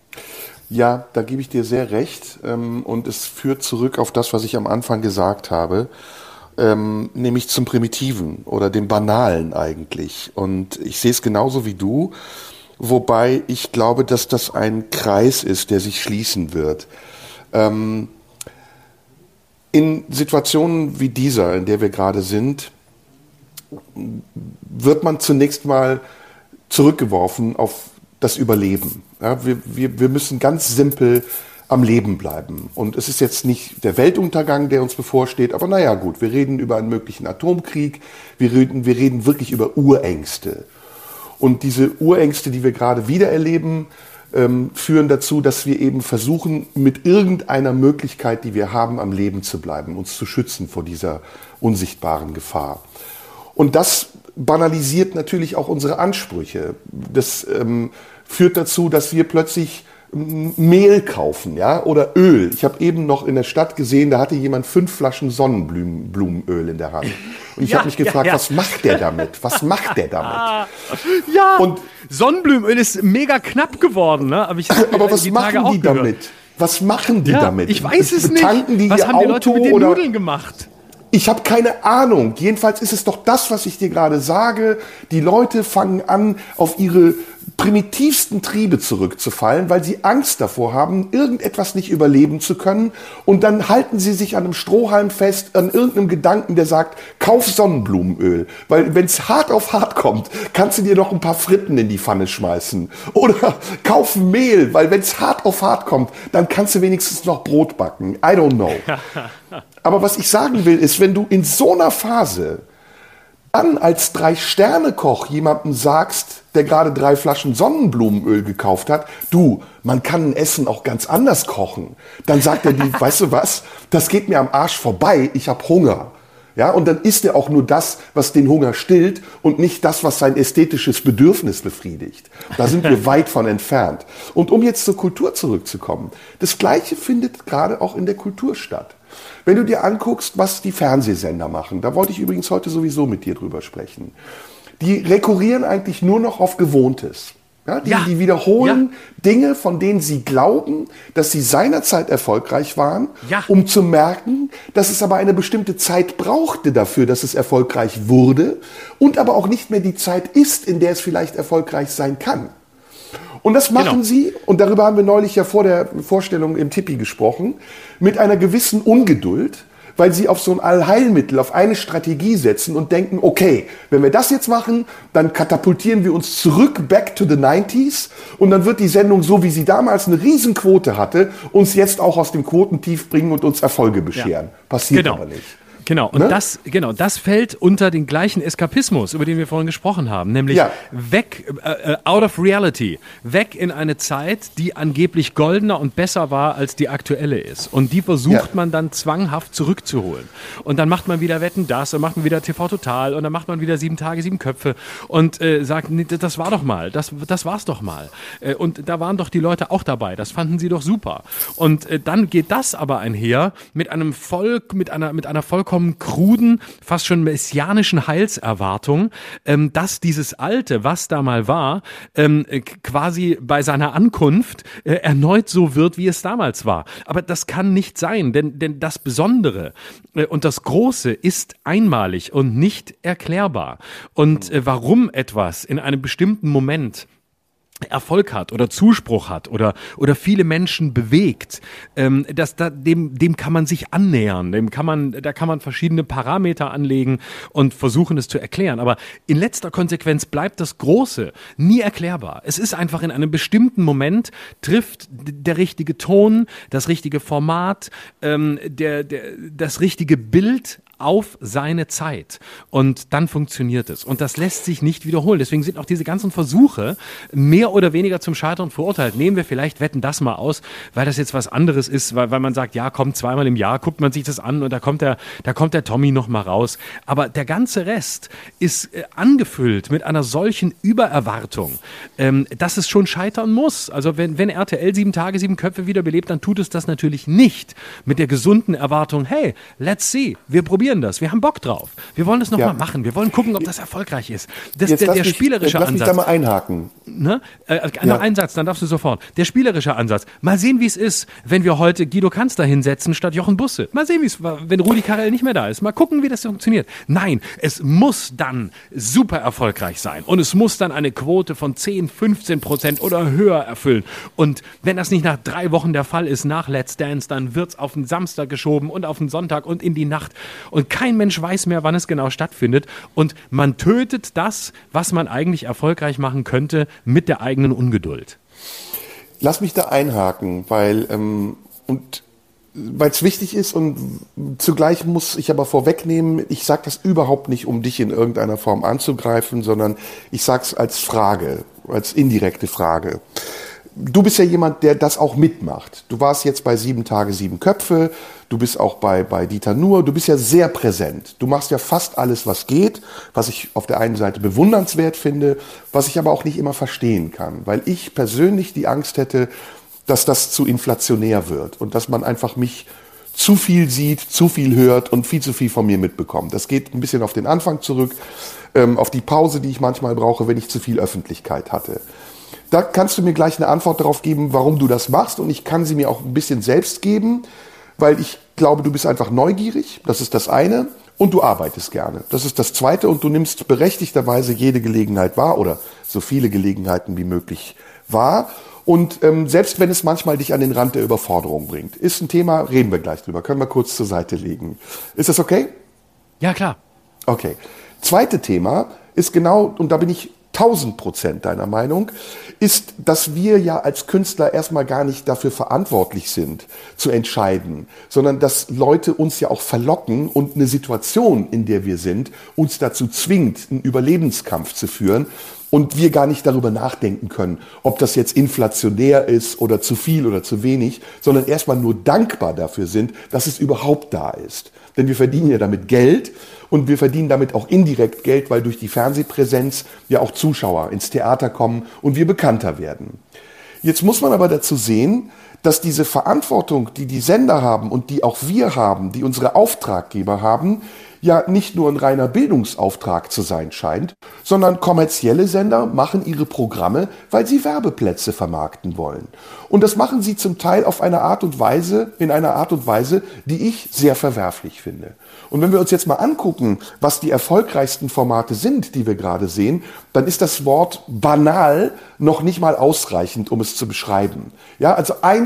Ja, da gebe ich dir sehr recht. Ähm, und es führt zurück auf das, was ich am Anfang gesagt habe, ähm, nämlich zum Primitiven oder dem Banalen eigentlich. Und ich sehe es genauso wie du, wobei ich glaube, dass das ein Kreis ist, der sich schließen wird. Ähm, in Situationen wie dieser, in der wir gerade sind, wird man zunächst mal zurückgeworfen auf das Überleben. Ja, wir, wir, wir müssen ganz simpel am Leben bleiben. Und es ist jetzt nicht der Weltuntergang, der uns bevorsteht, aber naja gut, wir reden über einen möglichen Atomkrieg, wir reden, wir reden wirklich über Urängste. Und diese Urängste, die wir gerade wieder erleben, ähm, führen dazu, dass wir eben versuchen, mit irgendeiner Möglichkeit, die wir haben, am Leben zu bleiben, uns zu schützen vor dieser unsichtbaren Gefahr. Und das banalisiert natürlich auch unsere Ansprüche. Das ähm, führt dazu, dass wir plötzlich Mehl kaufen, ja, oder Öl. Ich habe eben noch in der Stadt gesehen, da hatte jemand fünf Flaschen Sonnenblumenöl in der Hand. Und ich Ja, habe mich gefragt, ja, ja. was macht der damit? Was macht der damit? Ja, Und- Sonnenblumenöl ist mega knapp geworden, ne? Aber, ich Aber was die Tage machen auch die gehört. damit? Was machen die Ja, damit? ich weiß es nicht. Tanken die Was ihr haben die Leute Auto mit den oder Nudeln gemacht? Ich habe keine Ahnung. Jedenfalls ist es doch das, was ich dir gerade sage. Die Leute fangen an, auf ihre primitivsten Triebe zurückzufallen, weil sie Angst davor haben, irgendetwas nicht überleben zu können. Und dann halten sie sich an einem Strohhalm fest, an irgendeinem Gedanken, der sagt, kauf Sonnenblumenöl. Weil wenn es hart auf hart kommt, kannst du dir noch ein paar Fritten in die Pfanne schmeißen. Oder kauf Mehl, weil wenn es hart auf hart kommt, dann kannst du wenigstens noch Brot backen. I don't know. Aber was ich sagen will, ist, wenn du in so einer Phase dann als Drei-Sterne-Koch jemandem sagst, der gerade drei Flaschen Sonnenblumenöl gekauft hat, du, man kann ein Essen auch ganz anders kochen. Dann sagt er dir, weißt du was, das geht mir am Arsch vorbei, ich habe Hunger. Ja, und dann isst er auch nur das, was den Hunger stillt und nicht das, was sein ästhetisches Bedürfnis befriedigt. Da sind wir weit von entfernt. Und um jetzt zur Kultur zurückzukommen, das Gleiche findet gerade auch in der Kultur statt. Wenn du dir anguckst, was die Fernsehsender machen, da wollte ich übrigens heute sowieso mit dir drüber sprechen, die rekurrieren eigentlich nur noch auf Gewohntes. Ja, die, Ja. die wiederholen Ja. Dinge, von denen sie glauben, dass sie seinerzeit erfolgreich waren, Ja. um zu merken, dass es aber eine bestimmte Zeit brauchte dafür, dass es erfolgreich wurde und aber auch nicht mehr die Zeit ist, in der es vielleicht erfolgreich sein kann. Und das machen Genau. sie, und darüber haben wir neulich ja vor der Vorstellung im Tippi gesprochen, mit einer gewissen Ungeduld, weil sie auf so ein Allheilmittel, auf eine Strategie setzen und denken, okay, wenn wir das jetzt machen, dann katapultieren wir uns zurück back to the nineties und dann wird die Sendung, so wie sie damals eine Riesenquote hatte, uns jetzt auch aus dem Quotentief bringen und uns Erfolge bescheren. Ja. Passiert genau. aber nicht. Genau, und ne? das, genau, das fällt unter den gleichen Eskapismus, über den wir vorhin gesprochen haben, nämlich ja. weg, äh, out of reality, weg in eine Zeit, die angeblich goldener und besser war, als die aktuelle ist. Und die versucht ja. man dann zwanghaft zurückzuholen. Und dann macht man wieder Wetten, das, und macht man wieder T V Total, und dann macht man wieder sieben Tage, sieben Köpfe und äh, sagt, nee, das war doch mal, das, das war's doch mal. Äh, und da waren doch die Leute auch dabei, das fanden sie doch super. Und äh, dann geht das aber einher mit einem Volk, mit einer, mit einer vollkommen kruden, fast schon messianischen Heilserwartung, ähm, dass dieses Alte, was da mal war, ähm, quasi bei seiner Ankunft äh, erneut so wird, wie es damals war. Aber das kann nicht sein, denn, denn das Besondere äh, und das Große ist einmalig und nicht erklärbar. Und äh, warum etwas in einem bestimmten Moment Erfolg hat oder Zuspruch hat oder oder viele Menschen bewegt, ähm, das, da, dem dem kann man sich annähern, dem kann man da kann man verschiedene Parameter anlegen und versuchen es zu erklären, aber in letzter Konsequenz bleibt das Große nie erklärbar. Es ist einfach in einem bestimmten Moment trifft der richtige Ton, das richtige Format, ähm, der der das richtige Bild auf seine Zeit und dann funktioniert es und das lässt sich nicht wiederholen. Deswegen sind auch diese ganzen Versuche mehr oder weniger zum Scheitern verurteilt. Nehmen wir vielleicht Wetten das mal aus, weil das jetzt was anderes ist, weil, weil man sagt, ja, kommt zweimal im Jahr, guckt man sich das an und da kommt der, da kommt der Tommy noch mal raus. Aber der ganze Rest ist äh, angefüllt mit einer solchen Übererwartung, ähm, dass es schon scheitern muss. Also wenn, wenn R T L sieben Tage, sieben Köpfe wiederbelebt, dann tut es das natürlich nicht mit der gesunden Erwartung, hey, let's see, wir probieren das, wir haben Bock drauf, wir wollen das noch ja. mal machen, wir wollen gucken, ob das erfolgreich ist. Das, Jetzt der, der mich, spielerische lass Ansatz. Lass mich da mal einhaken. Ne? Äh, ja. Noch einen Satz, dann darfst du sofort. Der spielerische Ansatz. Mal sehen, wie es ist, wenn wir heute Guido Kanz da hinsetzen statt Jochen Busse. Mal sehen, wie es war, wenn Rudi Carrell nicht mehr da ist. Mal gucken, wie das funktioniert. Nein, es muss dann super erfolgreich sein. Und es muss dann eine Quote von zehn, fünfzehn Prozent oder höher erfüllen. Und wenn das nicht nach drei Wochen der Fall ist, nach Let's Dance, dann wird's auf den Samstag geschoben und auf den Sonntag und in die Nacht. Und kein Mensch weiß mehr, wann es genau stattfindet. Und man tötet das, was man eigentlich erfolgreich machen könnte, mit der eigenen Ungeduld. Lass mich da einhaken, weil ähm, und weil es wichtig ist und zugleich muss ich aber vorwegnehmen, ich sage das überhaupt nicht, um dich in irgendeiner Form anzugreifen, sondern ich sage es als Frage, als indirekte Frage. Du bist ja jemand, der das auch mitmacht. Du warst jetzt bei sieben Tage, sieben Köpfe. Du bist auch bei, bei Dieter Nuhr. Du bist ja sehr präsent. Du machst ja fast alles, was geht, was ich auf der einen Seite bewundernswert finde, was ich aber auch nicht immer verstehen kann, weil ich persönlich die Angst hätte, dass das zu inflationär wird und dass man einfach mich zu viel sieht, zu viel hört und viel zu viel von mir mitbekommt. Das geht ein bisschen auf den Anfang zurück, ähm, auf die Pause, die ich manchmal brauche, wenn ich zu viel Öffentlichkeit hatte. Da kannst du mir gleich eine Antwort darauf geben, warum du das machst. Und ich kann sie mir auch ein bisschen selbst geben, weil ich glaube, du bist einfach neugierig. Das ist das eine. Und du arbeitest gerne. Das ist das zweite. Und du nimmst berechtigterweise jede Gelegenheit wahr oder so viele Gelegenheiten wie möglich wahr. Und ähm, selbst wenn es manchmal dich an den Rand der Überforderung bringt, ist ein Thema, reden wir gleich drüber. Können wir kurz zur Seite legen. Ist das okay? Ja, klar. Okay. Zweite Thema ist genau, und da bin ich tausend Prozent deiner Meinung, ist, dass wir ja als Künstler erstmal gar nicht dafür verantwortlich sind, zu entscheiden, sondern dass Leute uns ja auch verlocken und eine Situation, in der wir sind, uns dazu zwingt, einen Überlebenskampf zu führen und wir gar nicht darüber nachdenken können, ob das jetzt inflationär ist oder zu viel oder zu wenig, sondern erstmal nur dankbar dafür sind, dass es überhaupt da ist. Denn wir verdienen ja damit Geld und wir verdienen damit auch indirekt Geld, weil durch die Fernsehpräsenz ja auch Zuschauer ins Theater kommen und wir bekannter werden. Jetzt muss man aber dazu sehen, dass diese Verantwortung, die die Sender haben und die auch wir haben, die unsere Auftraggeber haben, ja nicht nur ein reiner Bildungsauftrag zu sein scheint, sondern kommerzielle Sender machen ihre Programme, weil sie Werbeplätze vermarkten wollen. Und das machen sie zum Teil auf eine Art und Weise, in einer Art und Weise, die ich sehr verwerflich finde. Und wenn wir uns jetzt mal angucken, was die erfolgreichsten Formate sind, die wir gerade sehen, dann ist das Wort banal noch nicht mal ausreichend, um es zu beschreiben. Ja, also ein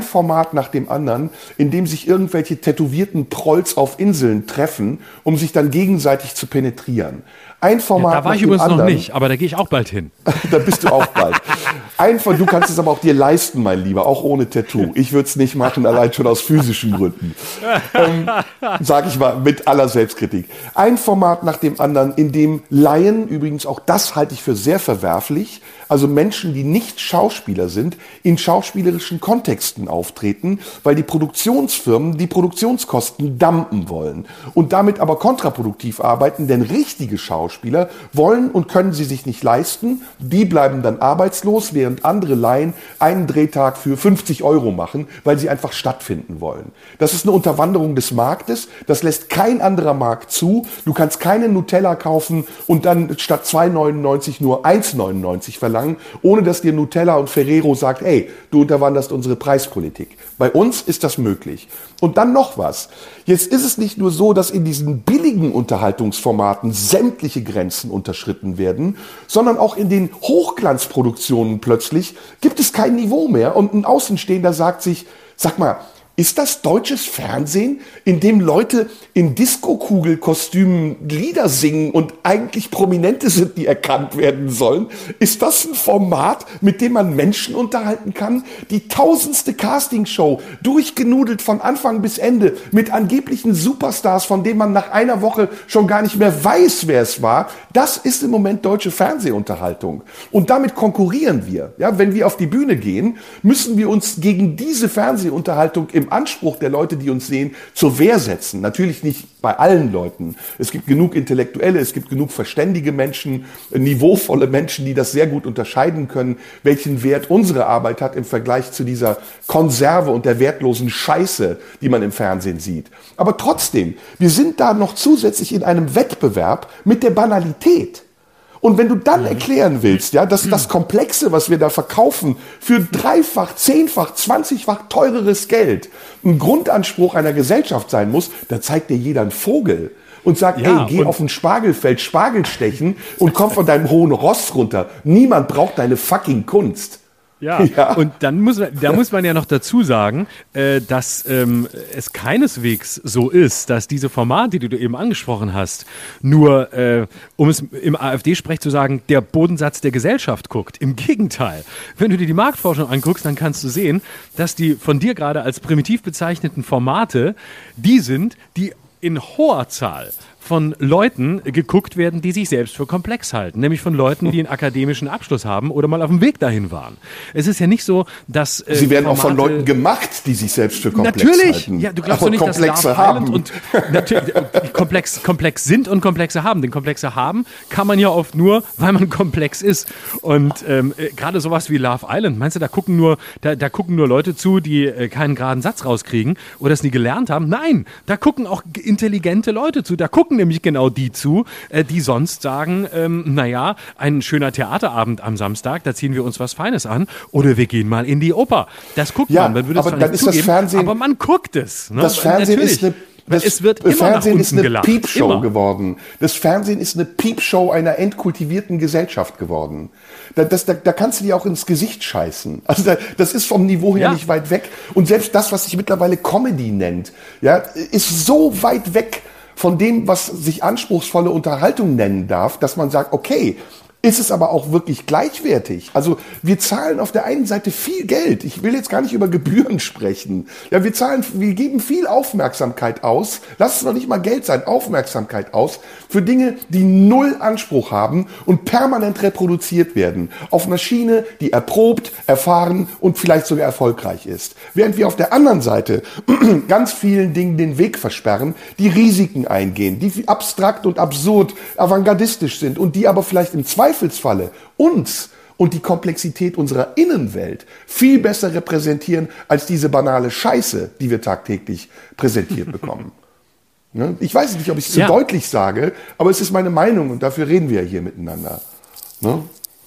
Format nach dem anderen, in dem sich irgendwelche tätowierten Prolls auf Inseln treffen, um sich dann gegenseitig zu penetrieren. Ein Format ja, da war nach ich dem übrigens anderen. noch nicht, aber da gehe ich auch bald hin. Da bist du auch bald. Einfach, du kannst es aber auch dir leisten, mein Lieber, auch ohne Tattoo. Ich würde es nicht machen, allein schon aus physischen Gründen. Ähm, sag ich mal, mit aller Selbstkritik. Ein Format nach dem anderen, in dem Laien, übrigens auch das halte ich für sehr verwerflich, also Menschen, die nicht Schauspieler sind, in schauspielerischen Kontexten auftreten, weil die Produktionsfirmen die Produktionskosten dumpen wollen und damit aber kontraproduktiv arbeiten, denn richtige Schauspieler wollen und können sie sich nicht leisten, die bleiben dann arbeitslos, während andere Laien einen Drehtag für fünfzig Euro machen, weil sie einfach stattfinden wollen. Das ist eine Unterwanderung des Marktes, das lässt kein anderer Markt zu. Du kannst keine Nutella kaufen und dann statt zwei neunundneunzig nur eins neunundneunzig verlangen, ohne dass dir Nutella und Ferrero sagt, ey, du unterwanderst unsere Preispolitik. Bei uns ist das möglich. Und dann noch was. Jetzt ist es nicht nur so, dass in diesen billigen Unterhaltungsformaten sämtliche Grenzen unterschritten werden, sondern auch in den Hochglanzproduktionen plötzlich gibt es kein Niveau mehr und ein Außenstehender sagt sich, sag mal, ist das deutsches Fernsehen, in dem Leute in Disco-Kugelkostümen Lieder singen und eigentlich Prominente sind, die erkannt werden sollen? Ist das ein Format, mit dem man Menschen unterhalten kann? Die tausendste Castingshow, durchgenudelt von Anfang bis Ende, mit angeblichen Superstars, von denen man nach einer Woche schon gar nicht mehr weiß, wer es war. Das ist im Moment deutsche Fernsehunterhaltung. Und damit konkurrieren wir. Ja, wenn wir auf die Bühne gehen, müssen wir uns gegen diese Fernsehunterhaltung im Anspruch der Leute, die uns sehen, zur Wehr setzen. Natürlich nicht bei allen Leuten. Es gibt genug Intellektuelle, es gibt genug verständige Menschen, niveauvolle Menschen, die das sehr gut unterscheiden können, welchen Wert unsere Arbeit hat im Vergleich zu dieser Konserve und der wertlosen Scheiße, die man im Fernsehen sieht. Aber trotzdem, wir sind da noch zusätzlich in einem Wettbewerb mit der Banalität. Und wenn du dann erklären willst, ja, dass das Komplexe, was wir da verkaufen, für dreifach, zehnfach, zwanzigfach teureres Geld ein Grundanspruch einer Gesellschaft sein muss, da zeigt dir jeder einen Vogel und sagt, ja, ey, geh auf ein Spargelfeld Spargel stechen und komm von deinem hohen Ross runter. Niemand braucht deine fucking Kunst. Ja, ja, und dann muss man, da muss man ja noch dazu sagen, äh, dass ähm, es keineswegs so ist, dass diese Formate, die du eben angesprochen hast, nur, äh, um es im AfD-Sprech zu sagen, der Bodensatz der Gesellschaft guckt. Im Gegenteil. Wenn du dir die Marktforschung anguckst, dann kannst du sehen, dass die von dir gerade als primitiv bezeichneten Formate die sind, die in hoher Zahl von Leuten geguckt werden, die sich selbst für komplex halten. Nämlich von Leuten, die einen akademischen Abschluss haben oder mal auf dem Weg dahin waren. Es ist ja nicht so, dass äh, Sie werden Formate, auch von Leuten gemacht, die sich selbst für komplex natürlich, halten. Natürlich, ja, du glaubst aber doch nicht, komplexe dass Love haben. Island und natürlich, komplex, komplex sind und komplexe haben. Den komplexe haben kann man ja oft nur, weil man komplex ist. Und ähm, äh, gerade sowas wie Love Island, meinst du, da gucken nur, da, da gucken nur Leute zu, die äh, keinen geraden Satz rauskriegen oder es nie gelernt haben? Nein, da gucken auch intelligente Leute zu. Da gucken nämlich genau die zu, äh, die sonst sagen, ähm, naja, ein schöner Theaterabend am Samstag, da ziehen wir uns was Feines an oder wir gehen mal in die Oper. Das guckt Ja, man, man würde es aber zwar dann nicht ist das zugeben, Fernsehen- aber man guckt es. Ne? Das Fernsehen Natürlich. ist eine Das es wird immer Fernsehen nach ist unten eine gelacht. Piepshow Immer. geworden. Das Fernsehen ist eine Piepshow einer entkultivierten Gesellschaft geworden. Da, das, da, da kannst du dir auch ins Gesicht scheißen. Also da, das ist vom Niveau her Ja. nicht weit weg. Und selbst das, was sich mittlerweile Comedy nennt, ja, ist so weit weg von dem, was sich anspruchsvolle Unterhaltung nennen darf, dass man sagt, okay, ist es aber auch wirklich gleichwertig. Also wir zahlen auf der einen Seite viel Geld. Ich will jetzt gar nicht über Gebühren sprechen. Ja, wir zahlen, wir geben viel Aufmerksamkeit aus. Lass es noch nicht mal Geld sein, Aufmerksamkeit aus für Dinge, die null Anspruch haben und permanent reproduziert werden. Auf einer Schiene, die erprobt, erfahren und vielleicht sogar erfolgreich ist. Während wir auf der anderen Seite ganz vielen Dingen den Weg versperren, die Risiken eingehen, die abstrakt und absurd, avantgardistisch sind und die aber vielleicht im Zweifelsfalle uns und die Komplexität unserer Innenwelt viel besser repräsentieren als diese banale Scheiße, die wir tagtäglich präsentiert bekommen. Ne? Ich weiß nicht, ob ich es zu Ja. deutlich sage, aber es ist meine Meinung und dafür reden wir ja hier miteinander. Ne?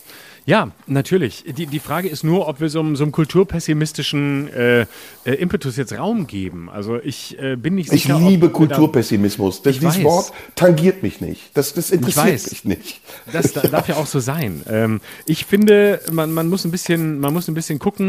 Ja, natürlich. Die, die Frage ist nur, ob wir so, einem- so einem kulturpessimistischen äh, äh, Impetus jetzt Raum geben. Also ich äh, bin nicht Ich sicher, liebe ob wir da- Kulturpessimismus. Das, Ich dieses weiß. Wort tangiert mich nicht. Das, das interessiert weiß. mich nicht. Das da, darf ja auch so sein. Ähm, ich finde, man, man muss ein bisschen, man muss ein bisschen gucken,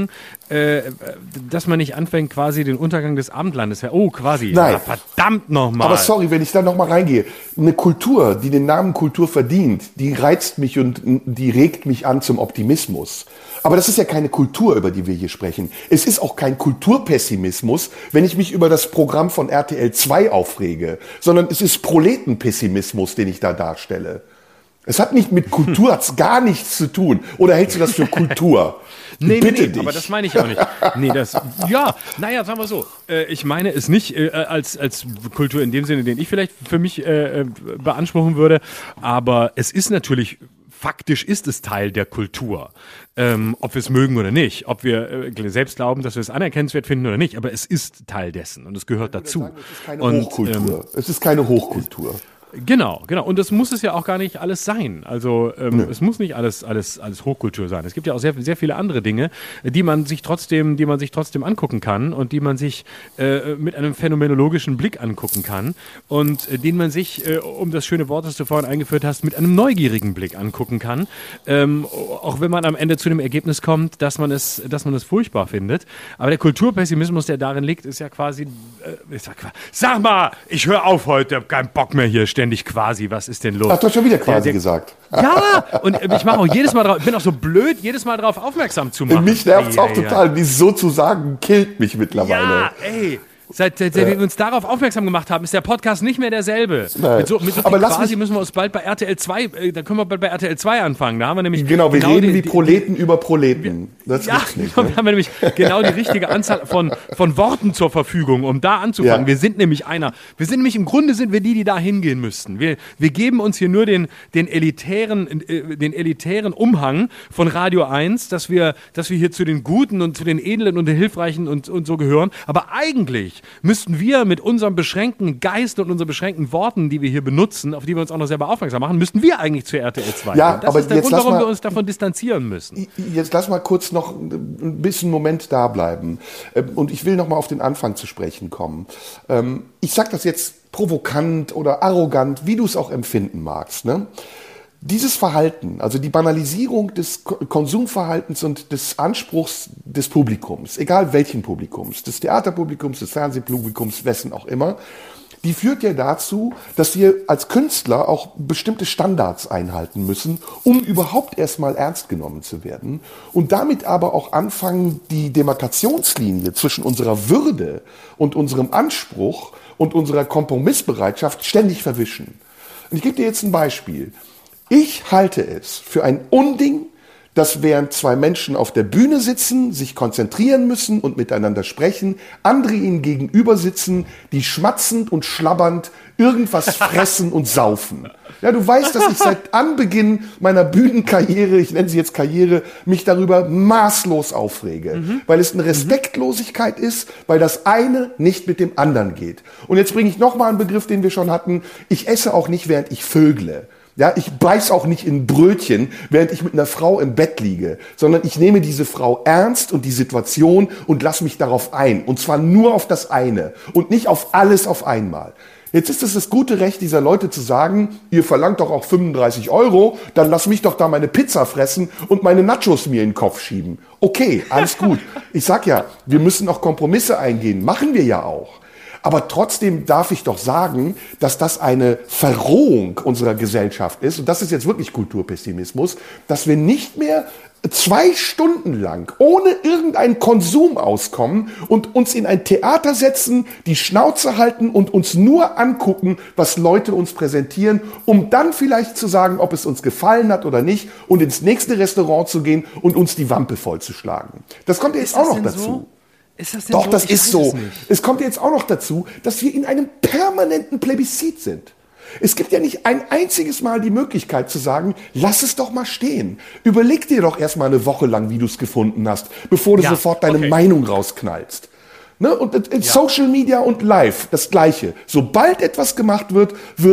äh, dass man nicht anfängt, quasi den Untergang des Abendlandes. Oh, quasi. Nein. Ja, verdammt nochmal. Aber sorry, wenn ich da nochmal reingehe. Eine Kultur, die den Namen Kultur verdient, die reizt mich und die regt mich an zum Optimismus. Aber das ist ja keine Kultur, über die wir hier sprechen. Es ist auch kein Kulturpessimismus, wenn ich mich über das Programm von R T L zwei aufrege, sondern es ist Proletenpessimismus, den ich da darstelle. Es hat nicht mit Kultur, hat's gar nichts zu tun. Oder hältst du das für Kultur? Nee, Bitte nee, nee, dich. aber das meine ich auch nicht. Nee, das, ja, naja, sagen wir so. Äh, ich meine es nicht äh, als, als Kultur in dem Sinne, den ich vielleicht für mich äh, beanspruchen würde. Aber es ist natürlich, faktisch ist es Teil der Kultur. Ähm, ob wir es mögen oder nicht. Ob wir äh, selbst glauben, dass wir es anerkennenswert finden oder nicht. Aber es ist Teil dessen und es gehört dazu. Sagen, es ist keine und, Hochkultur. Ähm, es ist keine Hochkultur. Genau, genau. Und das muss es ja auch gar nicht alles sein. Also ähm, Nö. es muss nicht alles, alles, alles Hochkultur sein. Es gibt ja auch sehr, sehr viele andere Dinge, die man sich trotzdem, die man sich trotzdem angucken kann und die man sich äh, mit einem phänomenologischen Blick angucken kann und äh, den man sich, äh, um das schöne Wort, das du vorhin eingeführt hast, mit einem neugierigen Blick angucken kann. Ähm, auch wenn man am Ende zu dem Ergebnis kommt, dass man es, dass man es furchtbar findet. Aber der Kulturpessimismus, der darin liegt, ist ja quasi, äh, ich sag, sag mal, ich höre auf heute, hab keinen Bock mehr hier ständig. Quasi, was ist denn los? Ach, du hast schon wieder quasi der, der, gesagt. Ja, und ich mache auch jedes Mal drauf, ich bin auch so blöd, jedes Mal drauf aufmerksam zu machen. Mich nervt es ja, auch ja, total. Ja. Dies so zu sagen, killt mich mittlerweile. Ja, ey. Seit, seit, seit Ja. wir uns darauf aufmerksam gemacht haben, ist der Podcast nicht mehr derselbe. Nein. Mit so, mit so Aber viel lass quasi mich- müssen wir uns bald bei R T L zwei, äh, da können wir bald bei R T L zwei anfangen. Da haben wir nämlich Genau, wir genau reden die, wie die, Proleten über Proleten. Das Ja, gibt's nicht. genau, Ne? da haben wir nämlich genau die richtige Anzahl von, von Worten zur Verfügung, um da anzufangen. Ja. Wir sind nämlich einer, wir sind nämlich im Grunde sind wir die, die da hingehen müssten. Wir, wir geben uns hier nur den, den elitären, äh, den elitären Umhang von Radio eins, dass wir, dass wir hier zu den Guten und zu den Edlen und den Hilfreichen und, und so gehören. Aber eigentlich müssten wir mit unserem beschränkten Geist und unseren beschränkten Worten, die wir hier benutzen, auf die wir uns auch noch selber aufmerksam machen, müssten wir eigentlich zu R T L zwei. Ja, gehen. Das aber ist der jetzt Grund, lass warum mal- wir uns davon distanzieren müssen. Jetzt lass mal kurz noch ein bisschen Moment da bleiben. Ähm, Und ich will noch mal auf den Anfang zu sprechen kommen. Ähm, Ich sage das jetzt provokant oder arrogant, wie du es auch empfinden magst. Ne? Dieses Verhalten, also die Banalisierung des Ko- Konsumverhaltens und des Anspruchs des Publikums, egal welchen Publikums, des Theaterpublikums, des Fernsehpublikums, wessen auch immer, die führt ja dazu, dass wir als Künstler auch bestimmte Standards einhalten müssen, um überhaupt erstmal ernst genommen zu werden und damit aber auch anfangen, die Demarkationslinie zwischen unserer Würde und unserem Anspruch und unserer Kompromissbereitschaft ständig verwischen. Und ich gebe dir jetzt ein Beispiel. Ich halte es für ein Unding, dass während zwei Menschen auf der Bühne sitzen, sich konzentrieren müssen und miteinander sprechen, andere ihnen gegenüber sitzen, die schmatzend und schlabbernd irgendwas fressen und saufen. Ja, du weißt, dass ich seit Anbeginn meiner Bühnenkarriere, ich nenne sie jetzt Karriere, mich darüber maßlos aufrege, mhm. weil es eine Respektlosigkeit ist, weil das eine nicht mit dem anderen geht. Und jetzt bringe ich nochmal einen Begriff, den wir schon hatten. Ich esse auch nicht, während ich vögle. Ja, ich beiß auch nicht in ein Brötchen, während ich mit einer Frau im Bett liege, sondern ich nehme diese Frau ernst und die Situation und lass mich darauf ein. Und zwar nur auf das eine und nicht auf alles auf einmal. Jetzt ist es das gute Recht dieser Leute zu sagen, ihr verlangt doch auch fünfunddreißig Euro, dann lass mich doch da meine Pizza fressen und meine Nachos mir in den Kopf schieben. Okay, alles gut. Ich sag ja, wir müssen auch Kompromisse eingehen, machen wir ja auch. Aber trotzdem darf ich doch sagen, dass das eine Verrohung unserer Gesellschaft ist, und das ist jetzt wirklich Kulturpessimismus, dass wir nicht mehr zwei Stunden lang ohne irgendeinen Konsum auskommen und uns in ein Theater setzen, die Schnauze halten und uns nur angucken, was Leute uns präsentieren, um dann vielleicht zu sagen, ob es uns gefallen hat oder nicht, und ins nächste Restaurant zu gehen und uns die Wampe vollzuschlagen. Das kommt jetzt auch noch dazu. So? Ist das denn Doch, so? das Ich ist weiß so. es nicht. Es kommt jetzt auch noch dazu, dass wir in einem permanenten Plebiszit sind. Es gibt ja nicht ein einziges Mal die Möglichkeit zu sagen, lass es doch mal stehen. Überleg dir doch erst mal eine Woche lang, wie du es gefunden hast, bevor du Ja, sofort deine okay. Meinung rausknallst. Ne? Und in Social Media und Live das Gleiche. Sobald etwas gemacht wird, wird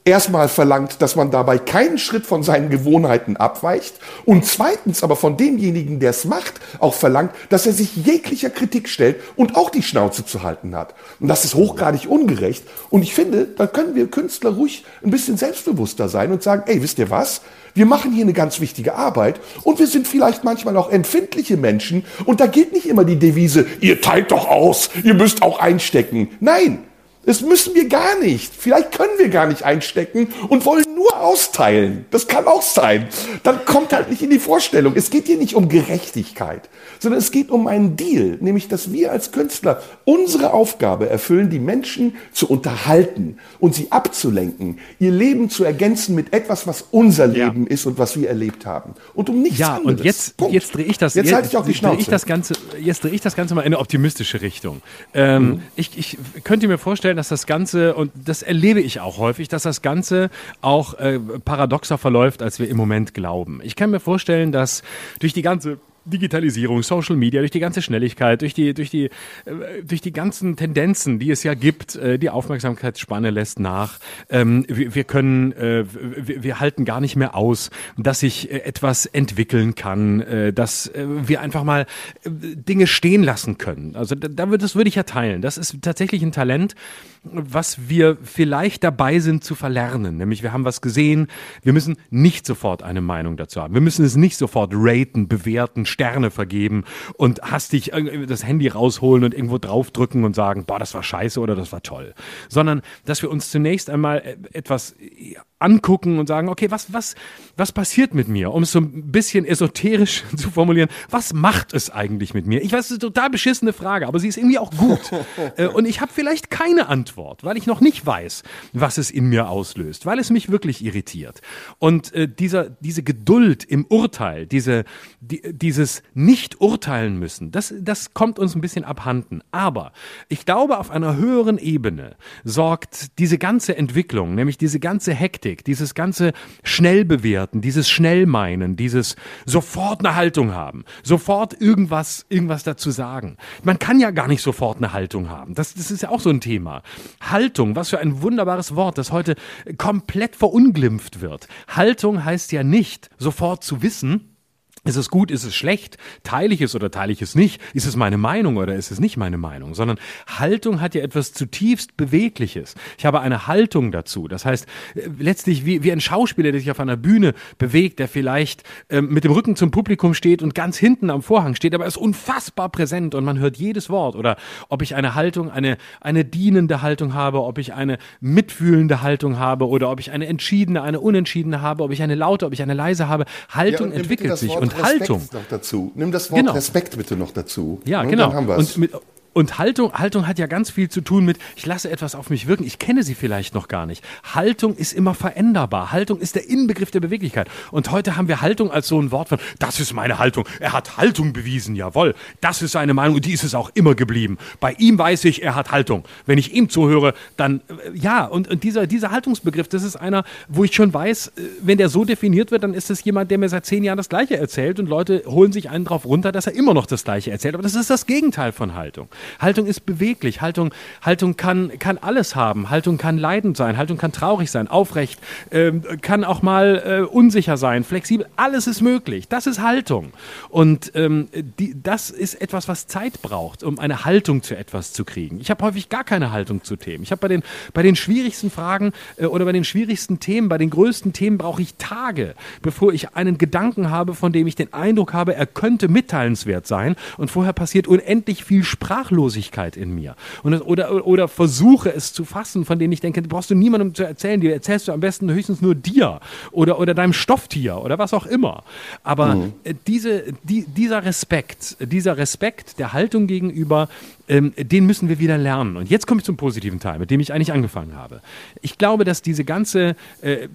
erstmal verlangt, dass man dabei keinen Schritt von seinen Gewohnheiten abweicht und zweitens aber von demjenigen, der es macht, auch verlangt, dass er sich jeglicher Kritik stellt und auch die Schnauze zu halten hat. Und das ist hochgradig ungerecht. Und ich finde, da können wir Künstler ruhig ein bisschen selbstbewusster sein und sagen, ey, wisst ihr was? Wir machen hier eine ganz wichtige Arbeit und wir sind vielleicht manchmal auch empfindliche Menschen und da gilt nicht immer die Devise, ihr teilt doch aus, ihr müsst auch einstecken. Nein, das müssen wir gar nicht. Vielleicht können wir gar nicht einstecken und wollen nur austeilen. Das kann auch sein. Dann kommt halt nicht in die Vorstellung. Es geht hier nicht um Gerechtigkeit, sondern es geht um einen Deal, nämlich, dass wir als Künstler unsere Aufgabe erfüllen, die Menschen zu unterhalten und sie abzulenken, ihr Leben zu ergänzen mit etwas, was unser Leben ja. ist und was wir erlebt haben. Und um nichts ja, anderes. Ja, und jetzt, jetzt drehe ich das, jetzt, jetzt halte ich auch die Schnauze. Ich das Ganze, jetzt drehe ich das Ganze mal in eine optimistische Richtung. Ähm, mhm. ich, ich könnte mir vorstellen, dass das Ganze, und das erlebe ich auch häufig, dass das Ganze auch äh, paradoxer verläuft, als wir im Moment glauben. Ich kann mir vorstellen, dass durch die ganze Digitalisierung, Social Media, durch die ganze Schnelligkeit, durch die, durch die, äh, durch die ganzen Tendenzen, die es ja gibt, äh, die Aufmerksamkeitsspanne lässt nach. Ähm, wir, wir können, äh, wir, wir halten gar nicht mehr aus, dass sich äh, etwas entwickeln kann, äh, dass äh, wir einfach mal äh, Dinge stehen lassen können. Also da, da wird, das würde ich ja teilen. Das ist tatsächlich ein Talent, was wir vielleicht dabei sind zu verlernen. Nämlich wir haben was gesehen, wir müssen nicht sofort eine Meinung dazu haben. Wir müssen es nicht sofort raten, bewerten, Sterne vergeben und hastig das Handy rausholen und irgendwo draufdrücken und sagen, boah, das war scheiße oder das war toll. Sondern, dass wir uns zunächst einmal etwas angucken und sagen, okay, was, was, was passiert mit mir? Um es so ein bisschen esoterisch zu formulieren, was macht es eigentlich mit mir? Ich weiß, es ist eine total beschissene Frage, aber sie ist irgendwie auch gut. Und ich habe vielleicht keine Antwort, weil ich noch nicht weiß, was es in mir auslöst, weil es mich wirklich irritiert. Und äh, dieser, diese Geduld im Urteil, diese, die, dieses nicht urteilen müssen, das, das kommt uns ein bisschen abhanden. Aber ich glaube, auf einer höheren Ebene sorgt diese ganze Entwicklung, nämlich diese ganze Hektik, dieses ganze Schnellbewerten, dieses Schnellmeinen, dieses sofort eine Haltung haben, sofort irgendwas, irgendwas dazu sagen. Man kann ja gar nicht sofort eine Haltung haben. Das, das ist ja auch so ein Thema. Haltung, was für ein wunderbares Wort, das heute komplett verunglimpft wird. Haltung heißt ja nicht, sofort zu wissen, ist es gut, ist es schlecht, teile ich es oder teile ich es nicht, ist es meine Meinung oder ist es nicht meine Meinung, sondern Haltung hat ja etwas zutiefst Bewegliches. Ich habe eine Haltung dazu, das heißt letztlich wie, wie ein Schauspieler, der sich auf einer Bühne bewegt, der vielleicht ähm, mit dem Rücken zum Publikum steht und ganz hinten am Vorhang steht, aber er ist unfassbar präsent und man hört jedes Wort. Oder ob ich eine Haltung, eine, eine dienende Haltung habe, ob ich eine mitfühlende Haltung habe oder ob ich eine entschiedene, eine unentschiedene habe, ob ich eine laute, ob ich eine leise habe. Haltung ja, entwickelt sich und Respekt Haltung noch dazu. Nimm das Wort genau. Respekt bitte noch dazu. Ja, und genau. Dann haben wir's. Und mit, Und Haltung, Haltung hat ja ganz viel zu tun mit, ich lasse etwas auf mich wirken, ich kenne sie vielleicht noch gar nicht. Haltung ist immer veränderbar. Haltung ist der Inbegriff der Beweglichkeit. Und heute haben wir Haltung als so ein Wort von, das ist meine Haltung. Er hat Haltung bewiesen, jawohl. Das ist seine Meinung und die ist es auch immer geblieben. Bei ihm weiß ich, er hat Haltung. Wenn ich ihm zuhöre, dann, äh, ja, und, und dieser, dieser Haltungsbegriff, das ist einer, wo ich schon weiß, äh, wenn der so definiert wird, dann ist es jemand, der mir seit zehn Jahren das Gleiche erzählt und Leute holen sich einen drauf runter, dass er immer noch das Gleiche erzählt. Aber das ist das Gegenteil von Haltung. Haltung ist beweglich. Haltung, Haltung kann, kann alles haben. Haltung kann leidend sein. Haltung kann traurig sein, aufrecht, äh, kann auch mal äh, unsicher sein, flexibel. Alles ist möglich. Das ist Haltung. Und ähm, die, das ist etwas, was Zeit braucht, um eine Haltung zu etwas zu kriegen. Ich habe häufig gar keine Haltung zu Themen. Ich habe bei den, bei den schwierigsten Fragen äh, oder bei den schwierigsten Themen, bei den größten Themen brauche ich Tage, bevor ich einen Gedanken habe, von dem ich den Eindruck habe, er könnte mitteilenswert sein. Und vorher passiert unendlich viel Sprachlosigkeit in mir. Und das, oder, oder versuche es zu fassen, von denen ich denke, brauchst du niemandem zu erzählen, die erzählst du am besten höchstens nur dir oder, oder deinem Stofftier oder was auch immer. Aber mhm. diese, die, dieser Respekt, dieser Respekt der Haltung gegenüber, ähm, den müssen wir wieder lernen. Und jetzt komme ich zum positiven Teil, mit dem ich eigentlich angefangen habe. Ich glaube, dass diese ganze äh,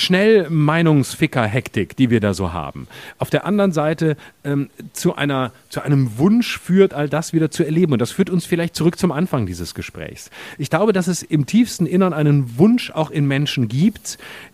Schnellmeinungsficker-Hektik, die wir da so haben, auf der anderen Seite ähm, zu einer, zu einem Wunsch führt, all das wieder zu erleben. Und das führt uns vielleicht zurück zum Anfang dieses Gesprächs. Ich glaube, dass es im tiefsten Innern einen Wunsch auch in Menschen gibt,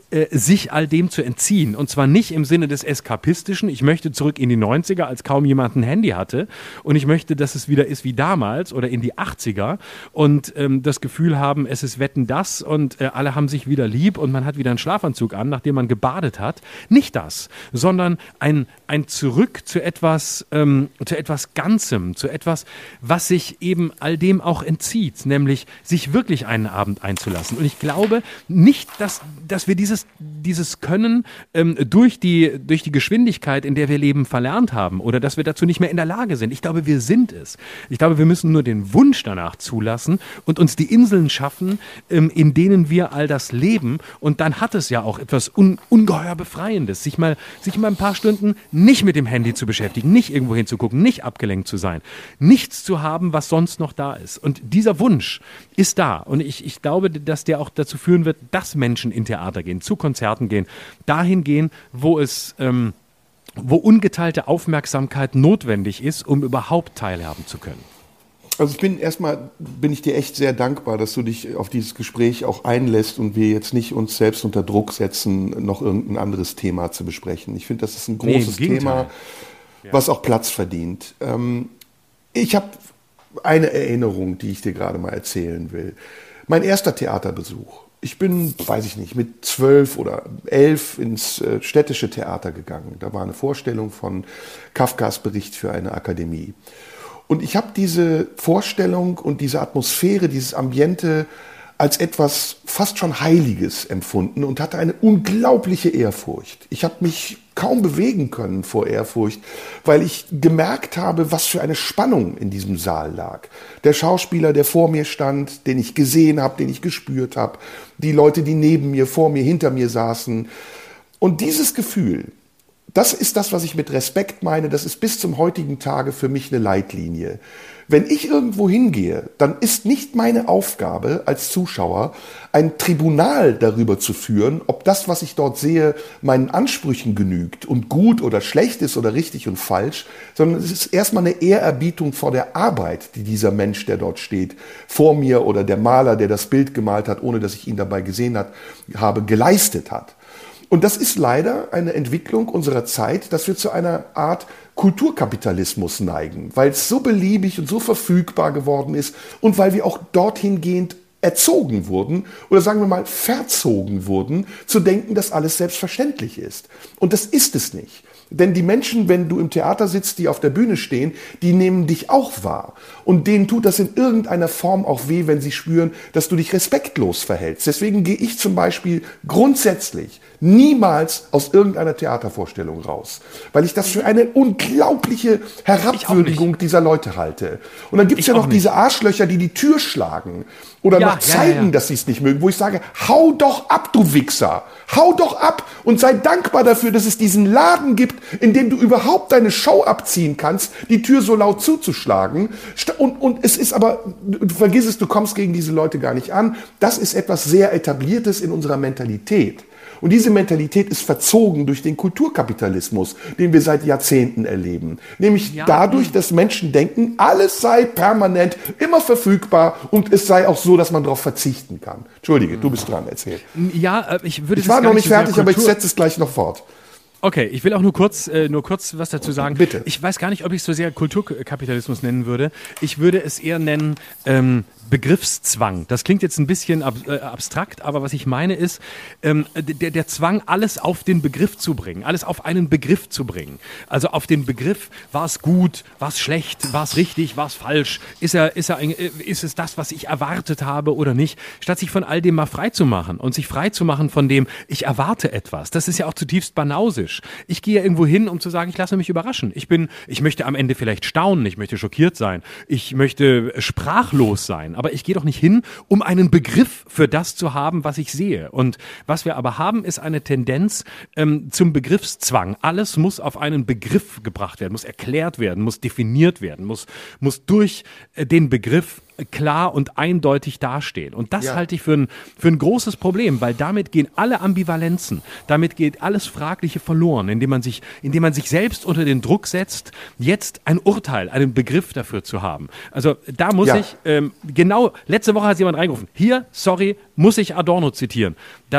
äh, sich all dem zu entziehen. Und zwar nicht im Sinne des Eskapistischen, ich möchte zurück in die neunziger, als kaum jemand ein Handy hatte und ich möchte, dass es wieder ist wie damals oder in die achtziger und ähm, das Gefühl haben, es ist Wetten, das und äh, alle haben sich wieder lieb und man hat wieder einen Schlafanzug an, nachdem man gebadet hat. Nicht das, sondern ein, ein Zurück zu etwas, ähm, zu etwas Ganzem, zu etwas, was sich eben all dem auch entzieht, nämlich sich wirklich einen Abend einzulassen. Und ich glaube nicht, dass, dass wir dieses, dieses Können ähm, durch, die, durch die Geschwindigkeit, in der wir leben, verlernt haben oder dass wir dazu nicht mehr in der Lage sind. Ich glaube, wir sind es. Ich glaube, wir müssen nur den Wunsch danach zulassen und uns die Inseln schaffen, ähm, in denen wir all das leben. Und dann hat es ja auch etwas un, ungeheuer Befreiendes, sich mal, sich mal ein paar Stunden nicht mit dem Handy zu beschäftigen, nicht irgendwo hinzugucken, nicht abgelenkt zu sein, nichts zu haben, was sonst noch da ist. Und dieser Wunsch ist da. Und ich, ich glaube, dass der auch dazu führen wird, dass Menschen in Theater gehen, zu Konzerten gehen, dahin gehen, wo es, ähm, wo ungeteilte Aufmerksamkeit notwendig ist, um überhaupt teilhaben zu können. Also ich bin erstmal, bin ich dir echt sehr dankbar, dass du dich auf dieses Gespräch auch einlässt und wir jetzt nicht uns selbst unter Druck setzen, noch irgendein anderes Thema zu besprechen. Ich finde, das ist ein großes nee, Thema, ja. was auch Platz verdient. Ähm, ich habe eine Erinnerung, die ich dir gerade mal erzählen will. Mein erster Theaterbesuch. Ich bin, weiß ich nicht, mit zwölf oder elf ins äh, städtische Theater gegangen. Da war eine Vorstellung von Kafkas Bericht für eine Akademie. Und ich habe diese Vorstellung und diese Atmosphäre, dieses Ambiente als etwas fast schon Heiliges empfunden und hatte eine unglaubliche Ehrfurcht. Ich habe mich kaum bewegen können vor Ehrfurcht, weil ich gemerkt habe, was für eine Spannung in diesem Saal lag. Der Schauspieler, der vor mir stand, den ich gesehen habe, den ich gespürt habe, die Leute, die neben mir, vor mir, hinter mir saßen. Und dieses Gefühl, das ist das, was ich mit Respekt meine, das ist bis zum heutigen Tage für mich eine Leitlinie. Wenn ich irgendwo hingehe, dann ist nicht meine Aufgabe als Zuschauer, ein Tribunal darüber zu führen, ob das, was ich dort sehe, meinen Ansprüchen genügt und gut oder schlecht ist oder richtig und falsch, sondern es ist erstmal eine Ehrerbietung vor der Arbeit, die dieser Mensch, der dort steht, vor mir oder der Maler, der das Bild gemalt hat, ohne dass ich ihn dabei gesehen hat, habe, geleistet hat. Und das ist leider eine Entwicklung unserer Zeit, dass wir zu einer Art Kulturkapitalismus neigen, weil es so beliebig und so verfügbar geworden ist und weil wir auch dorthin gehend erzogen wurden oder sagen wir mal verzogen wurden, zu denken, dass alles selbstverständlich ist. Und das ist es nicht. Denn die Menschen, wenn du im Theater sitzt, die auf der Bühne stehen, die nehmen dich auch wahr. Und denen tut das in irgendeiner Form auch weh, wenn sie spüren, dass du dich respektlos verhältst. Deswegen gehe ich zum Beispiel grundsätzlich niemals aus irgendeiner Theatervorstellung raus. Weil ich das für eine unglaubliche Herabwürdigung dieser Leute halte. Und dann gibt es ja noch diese Arschlöcher, die die Tür schlagen oder ja, noch zeigen, ja, ja, ja. dass sie es nicht mögen, wo ich sage, hau doch ab, du Wichser. Hau doch ab und sei dankbar dafür, dass es diesen Laden gibt, in dem du überhaupt deine Show abziehen kannst, die Tür so laut zuzuschlagen. Und, und es ist aber, du vergiss es, du kommst gegen diese Leute gar nicht an. Das ist etwas sehr Etabliertes in unserer Mentalität. Und diese Mentalität ist verzogen durch den Kulturkapitalismus, den wir seit Jahrzehnten erleben. Nämlich ja. dadurch, dass Menschen denken, alles sei permanent, immer verfügbar und es sei auch so, dass man darauf verzichten kann. Entschuldige, du bist dran, erzähl. Ja, ich würde Ich war noch nicht fertig, aber ich setze es gleich noch fort. Okay, ich will auch nur kurz, äh, nur kurz was dazu sagen. Bitte. Ich weiß gar nicht, ob ich es so sehr Kulturkapitalismus nennen würde. Ich würde es eher nennen ähm, Begriffszwang. Das klingt jetzt ein bisschen ab, äh, abstrakt, aber was ich meine ist, ähm, der, der Zwang, alles auf den Begriff zu bringen, alles auf einen Begriff zu bringen. Also auf den Begriff, war es gut, war es schlecht, war es richtig, war es falsch, ist, er, ist, er ein, ist es das, was ich erwartet habe oder nicht, statt sich von all dem mal frei zu machen und sich frei zu machen von dem, ich erwarte etwas. Das ist ja auch zutiefst banausisch. Ich gehe ja irgendwo hin, um zu sagen, ich lasse mich überraschen. Ich bin, ich möchte am Ende vielleicht staunen, ich möchte schockiert sein, ich möchte sprachlos sein. Aber ich gehe doch nicht hin, um einen Begriff für das zu haben, was ich sehe. Und was wir aber haben, ist eine Tendenz ähm, zum Begriffszwang. Alles muss auf einen Begriff gebracht werden, muss erklärt werden, muss definiert werden, muss, muss durch äh, den Begriff klar und eindeutig dastehen. Und das ja. halte ich für ein, für ein großes Problem, weil damit gehen alle Ambivalenzen, damit geht alles Fragliche verloren, indem man sich, indem man sich selbst unter den Druck setzt, jetzt ein Urteil, einen Begriff dafür zu haben. Also da muss ja. ich, ähm, genau, letzte Woche hat jemand reingerufen, hier, sorry, muss ich Adorno zitieren, dass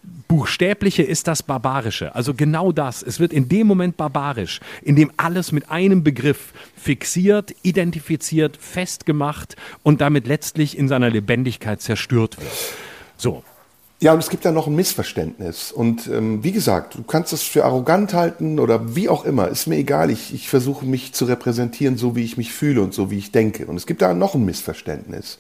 Buchstäbliche ist das Barbarische. Also genau das. Es wird in dem Moment barbarisch, in dem alles mit einem Begriff fixiert, identifiziert, festgemacht und damit letztlich in seiner Lebendigkeit zerstört wird. So. Ja, und es gibt da noch ein Missverständnis. Und ähm, wie gesagt, du kannst das für arrogant halten oder wie auch immer. Ist mir egal. Ich, ich versuche mich zu repräsentieren, so wie ich mich fühle und so wie ich denke. Und es gibt da noch ein Missverständnis.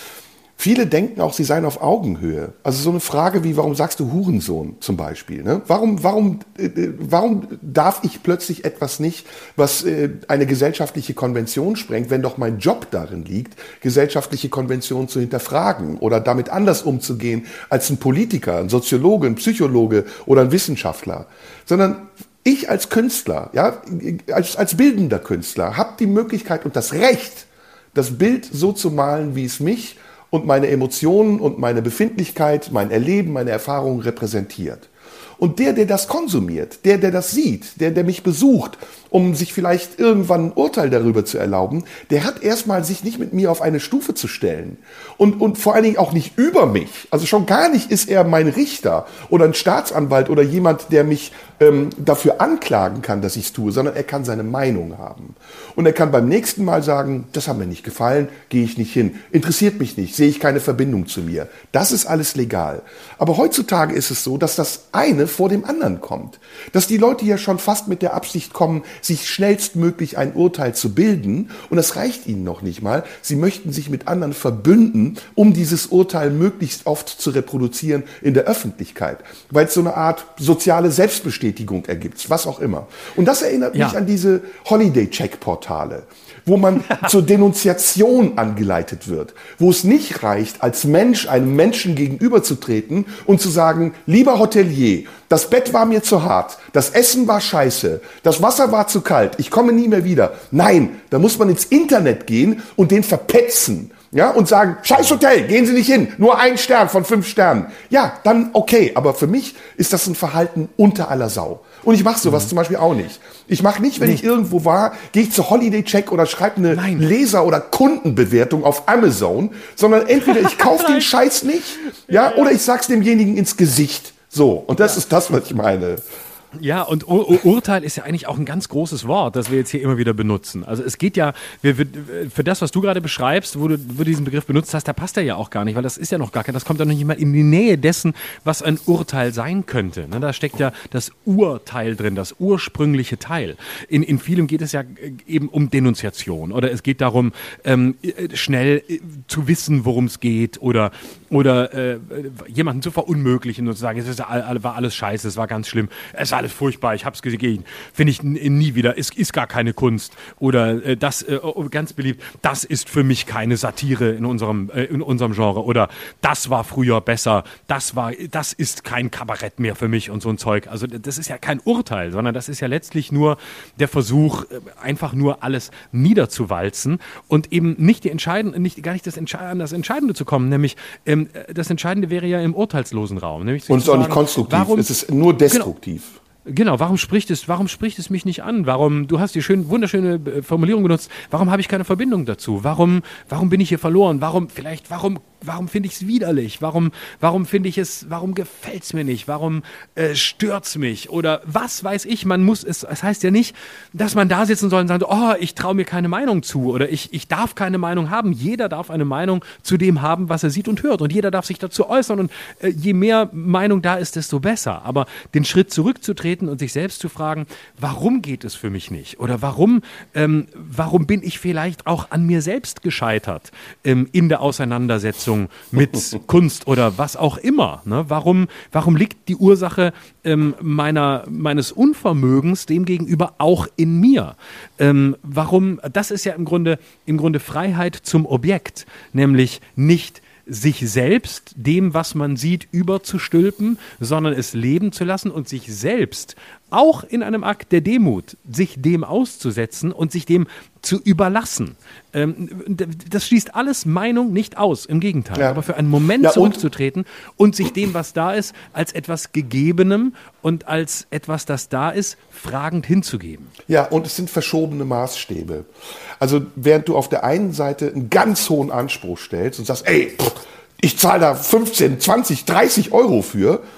Viele denken auch, sie seien auf Augenhöhe. Also so eine Frage wie, warum sagst du Hurensohn zum Beispiel? Ne? Warum, warum, äh, warum darf ich plötzlich etwas nicht, was äh, eine gesellschaftliche Konvention sprengt, wenn doch mein Job darin liegt, gesellschaftliche Konventionen zu hinterfragen oder damit anders umzugehen als ein Politiker, ein Soziologe, ein Psychologe oder ein Wissenschaftler. Sondern ich als Künstler, ja, als, als bildender Künstler, habe die Möglichkeit und das Recht, das Bild so zu malen, wie es mich und meine Emotionen und meine Befindlichkeit, mein Erleben, meine Erfahrungen repräsentiert. Und der, der das konsumiert, der, der das sieht, der, der mich besucht, um sich vielleicht irgendwann ein Urteil darüber zu erlauben, der hat erstmal sich nicht mit mir auf eine Stufe zu stellen. Und, und vor allen Dingen auch nicht über mich. Also schon gar nicht ist er mein Richter oder ein Staatsanwalt oder jemand, der mich ähm, dafür anklagen kann, dass ich es tue, sondern er kann seine Meinung haben. Und er kann beim nächsten Mal sagen, das hat mir nicht gefallen, gehe ich nicht hin, interessiert mich nicht, sehe ich keine Verbindung zu mir. Das ist alles legal. Aber heutzutage ist es so, dass das eine vor dem anderen kommt. Dass die Leute ja schon fast mit der Absicht kommen, sich schnellstmöglich ein Urteil zu bilden. Und das reicht ihnen noch nicht mal. Sie möchten sich mit anderen verbünden, um dieses Urteil möglichst oft zu reproduzieren in der Öffentlichkeit. Weil es so eine Art soziale Selbstbestätigung ergibt, was auch immer. Und das erinnert ja. mich an diese Holiday-Check-Portale, wo man zur Denunziation angeleitet wird, wo es nicht reicht, als Mensch einem Menschen gegenüberzutreten und zu sagen, lieber Hotelier, das Bett war mir zu hart, das Essen war scheiße, das Wasser war zu kalt, ich komme nie mehr wieder. Nein, da muss man ins Internet gehen und den verpetzen. Ja, und sagen, scheiß Hotel, gehen Sie nicht hin, nur ein Stern von fünf Sternen. Ja, dann okay, aber für mich ist das ein Verhalten unter aller Sau. Und ich mache sowas mhm. zum Beispiel auch nicht. Ich mache nicht, wenn nee. ich irgendwo war, gehe ich zu Holiday Check oder schreibe eine Nein. Leser- oder Kundenbewertung auf Amazon, sondern entweder ich kaufe den Scheiß nicht, ja, oder ich sag's demjenigen ins Gesicht. So, und das ja. ist das, was ich meine. Ja, und Ur- Ur- Urteil ist ja eigentlich auch ein ganz großes Wort, das wir jetzt hier immer wieder benutzen. Also es geht ja, wir, wir, für das, was du gerade beschreibst, wo du, wo du diesen Begriff benutzt hast, da passt er ja auch gar nicht, weil das ist ja noch gar kein, das kommt ja noch nicht mal in die Nähe dessen, was ein Urteil sein könnte. Ne, da steckt ja das Urteil drin, das ursprüngliche Teil. In, in vielem geht es ja eben um Denunziation oder es geht darum, ähm, schnell zu wissen, worum es geht oder, oder äh, jemanden zu verunmöglichen und zu sagen, es war alles scheiße, es war ganz schlimm, es war alles furchtbar, ich hab's gesehen, finde ich n- nie wieder, es ist gar keine Kunst oder äh, das, äh, ganz beliebt, das ist für mich keine Satire in unserem, äh, in unserem Genre oder das war früher besser, das war, das ist kein Kabarett mehr für mich und so ein Zeug. Also das ist ja kein Urteil, sondern das ist ja letztlich nur der Versuch, einfach nur alles niederzuwalzen und eben nicht die entscheidende, nicht, gar nicht das Entscheidende, an das Entscheidende zu kommen, nämlich ähm, das Entscheidende wäre ja im urteilslosen Raum. Nämlich und es ist auch nicht konstruktiv, warum, es ist nur destruktiv. Genau, Genau, warum spricht es, warum spricht es mich nicht an? Warum, du hast die schön, wunderschöne Formulierung benutzt, warum habe ich keine Verbindung dazu? Warum, warum bin ich hier verloren? Warum, vielleicht, warum, warum finde ich es widerlich? Warum, warum finde ich es, warum gefällt es mir nicht? Warum äh, stört es mich? Oder was weiß ich, man muss, es, es heißt ja nicht, dass man da sitzen soll und sagen, oh, ich traue mir keine Meinung zu oder ich, ich darf keine Meinung haben. Jeder darf eine Meinung zu dem haben, was er sieht und hört und jeder darf sich dazu äußern und äh, je mehr Meinung da ist, desto besser. Aber den Schritt zurückzutreten und sich selbst zu fragen, warum geht es für mich nicht? Oder warum, ähm, warum bin ich vielleicht auch an mir selbst gescheitert ähm, in der Auseinandersetzung mit Kunst oder was auch immer? Ne? Warum, warum liegt die Ursache ähm, meiner, meines Unvermögens demgegenüber auch in mir? Ähm, warum, das ist ja im Grunde, im Grunde Freiheit zum Objekt, nämlich nicht sich selbst dem, was man sieht, überzustülpen, sondern es leben zu lassen und sich selbst auch in einem Akt der Demut, sich dem auszusetzen und sich dem zu überlassen. Ähm, das schließt alles Meinung nicht aus, im Gegenteil. Ja. Aber für einen Moment ja, und zurückzutreten und sich dem, was da ist, als etwas Gegebenem und als etwas, das da ist, fragend hinzugeben. Ja, und es sind verschobene Maßstäbe. Also während du auf der einen Seite einen ganz hohen Anspruch stellst und sagst, ey, ich zahle da fünfzehn, zwanzig, dreißig Euro für,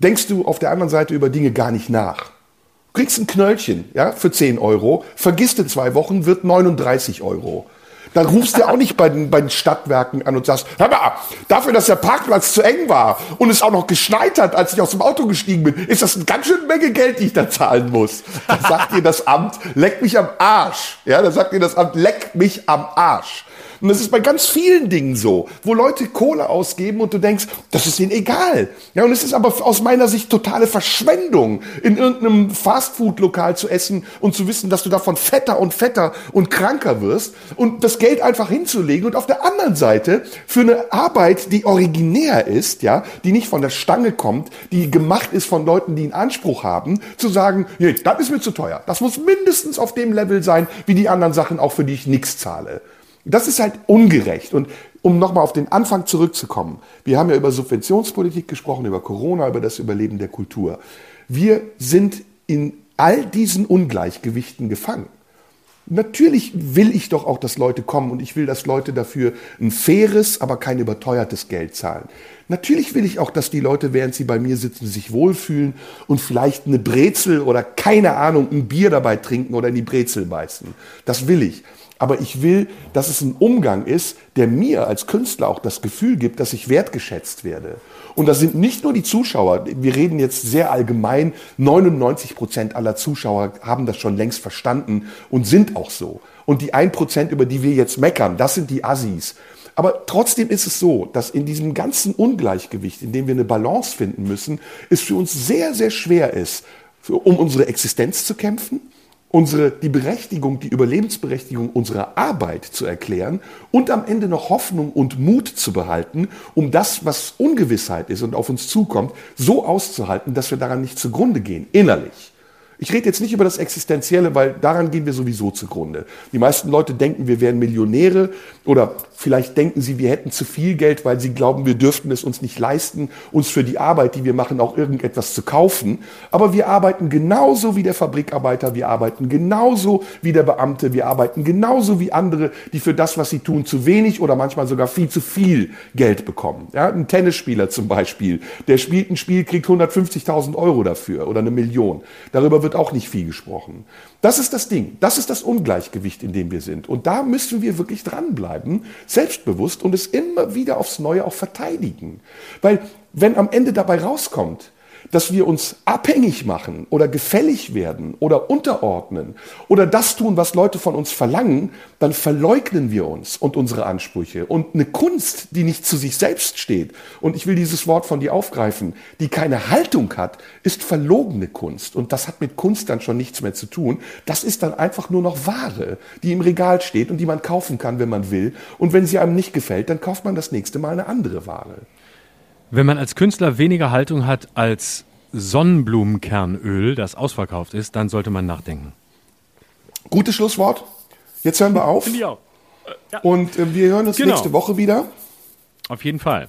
denkst du auf der anderen Seite über Dinge gar nicht nach. Du kriegst ein Knöllchen, ja, für zehn Euro, vergisst in zwei Wochen, wird neununddreißig Euro. Dann rufst du auch nicht bei den, bei den Stadtwerken an und sagst, hör mal, dafür, dass der Parkplatz zu eng war und es auch noch geschneit hat, als ich aus dem Auto gestiegen bin, ist das eine ganz schöne Menge Geld, die ich da zahlen muss. Da sagt dir das Amt, leck mich am Arsch. Ja, da sagt dir das Amt, leck mich am Arsch. Und das ist bei ganz vielen Dingen so, wo Leute Kohle ausgeben und du denkst, das ist ihnen egal. Ja, und es ist aber aus meiner Sicht totale Verschwendung, in irgendeinem Fastfood-Lokal zu essen und zu wissen, dass du davon fetter und fetter und kranker wirst und das Geld einfach hinzulegen und auf der anderen Seite für eine Arbeit, die originär ist, ja, die nicht von der Stange kommt, die gemacht ist von Leuten, die einen Anspruch haben, zu sagen, nee, das ist mir zu teuer. Das muss mindestens auf dem Level sein, wie die anderen Sachen, auch für die ich nichts zahle. Das ist halt ungerecht. Und um nochmal auf den Anfang zurückzukommen, wir haben ja über Subventionspolitik gesprochen, über Corona, über das Überleben der Kultur. Wir sind in all diesen Ungleichgewichten gefangen. Natürlich will ich doch auch, dass Leute kommen und ich will, dass Leute dafür ein faires, aber kein überteuertes Geld zahlen. Natürlich will ich auch, dass die Leute, während sie bei mir sitzen, sich wohlfühlen und vielleicht eine Brezel oder keine Ahnung, ein Bier dabei trinken oder in die Brezel beißen. Das will ich. Aber ich will, dass es ein Umgang ist, der mir als Künstler auch das Gefühl gibt, dass ich wertgeschätzt werde. Und das sind nicht nur die Zuschauer, wir reden jetzt sehr allgemein, neunundneunzig Prozent aller Zuschauer haben das schon längst verstanden und sind auch so. Und die ein Prozent, über die wir jetzt meckern, das sind die Assis. Aber trotzdem ist es so, dass in diesem ganzen Ungleichgewicht, in dem wir eine Balance finden müssen, es für uns sehr, sehr schwer ist, um unsere Existenz zu kämpfen, unsere, die Berechtigung, die Überlebensberechtigung unserer Arbeit zu erklären und am Ende noch Hoffnung und Mut zu behalten, um das, was Ungewissheit ist und auf uns zukommt, so auszuhalten, dass wir daran nicht zugrunde gehen, innerlich. Ich rede jetzt nicht über das Existenzielle, weil daran gehen wir sowieso zugrunde. Die meisten Leute denken, wir wären Millionäre oder vielleicht denken sie, wir hätten zu viel Geld, weil sie glauben, wir dürften es uns nicht leisten, uns für die Arbeit, die wir machen, auch irgendetwas zu kaufen. Aber wir arbeiten genauso wie der Fabrikarbeiter, wir arbeiten genauso wie der Beamte, wir arbeiten genauso wie andere, die für das, was sie tun, zu wenig oder manchmal sogar viel zu viel Geld bekommen. Ja, ein Tennisspieler zum Beispiel, der spielt ein Spiel, kriegt hundertfünfzigtausend Euro dafür oder eine Million. Darüber wird auch nicht viel gesprochen. Das ist das Ding. Das ist das Ungleichgewicht, in dem wir sind. Und da müssen wir wirklich dranbleiben, selbstbewusst und es immer wieder aufs Neue auch verteidigen. Weil wenn am Ende dabei rauskommt, dass wir uns abhängig machen oder gefällig werden oder unterordnen oder das tun, was Leute von uns verlangen, dann verleugnen wir uns und unsere Ansprüche. Und eine Kunst, die nicht zu sich selbst steht, und ich will dieses Wort von dir aufgreifen, die keine Haltung hat, ist verlogene Kunst. Und das hat mit Kunst dann schon nichts mehr zu tun. Das ist dann einfach nur noch Ware, die im Regal steht und die man kaufen kann, wenn man will. Und wenn sie einem nicht gefällt, dann kauft man das nächste Mal eine andere Ware. Wenn man als Künstler weniger Haltung hat als Sonnenblumenkernöl, das ausverkauft ist, dann sollte man nachdenken. Gutes Schlusswort. Jetzt hören wir auf. Finde ich auch. Ja. Und äh, wir hören uns genau. nächste Woche wieder. Auf jeden Fall.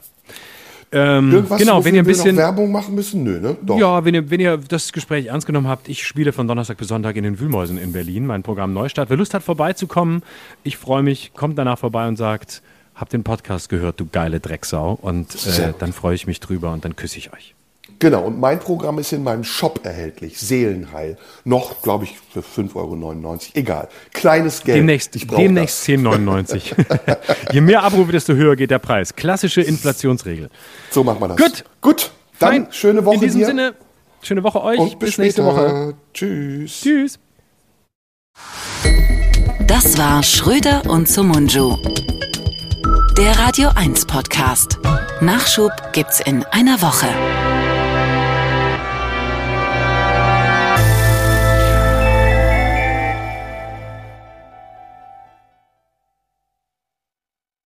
Ähm, Irgendwas, genau, wenn ihr ein bisschen noch Werbung machen müssen? Nö, ne? Doch. Ja, wenn ihr, wenn ihr das Gespräch ernst genommen habt, ich spiele von Donnerstag bis Sonntag in den Wühlmäusen in Berlin, mein Programm Neustart. Wer Lust hat, vorbeizukommen, ich freue mich, kommt danach vorbei und sagt, hab den Podcast gehört, du geile Drecksau. Und äh, dann freue ich mich drüber und dann küsse ich euch. Genau, und mein Programm ist in meinem Shop erhältlich, Seelenheil. Noch, glaube ich, für fünf Euro neunundneunzig. Egal, kleines Geld. Demnächst, ich brauche demnächst zehn Euro neunundneunzig. Je mehr Abrufe, desto höher geht der Preis. Klassische Inflationsregel. So machen wir das. Gut. Gut, dann Fein. Schöne Woche In diesem dir. Sinne, schöne Woche euch. Und bis, bis nächste Woche. Tschüss. Tschüss. Das war Schröder und Somunju. Der Radio eins Podcast. Nachschub gibt's in einer Woche.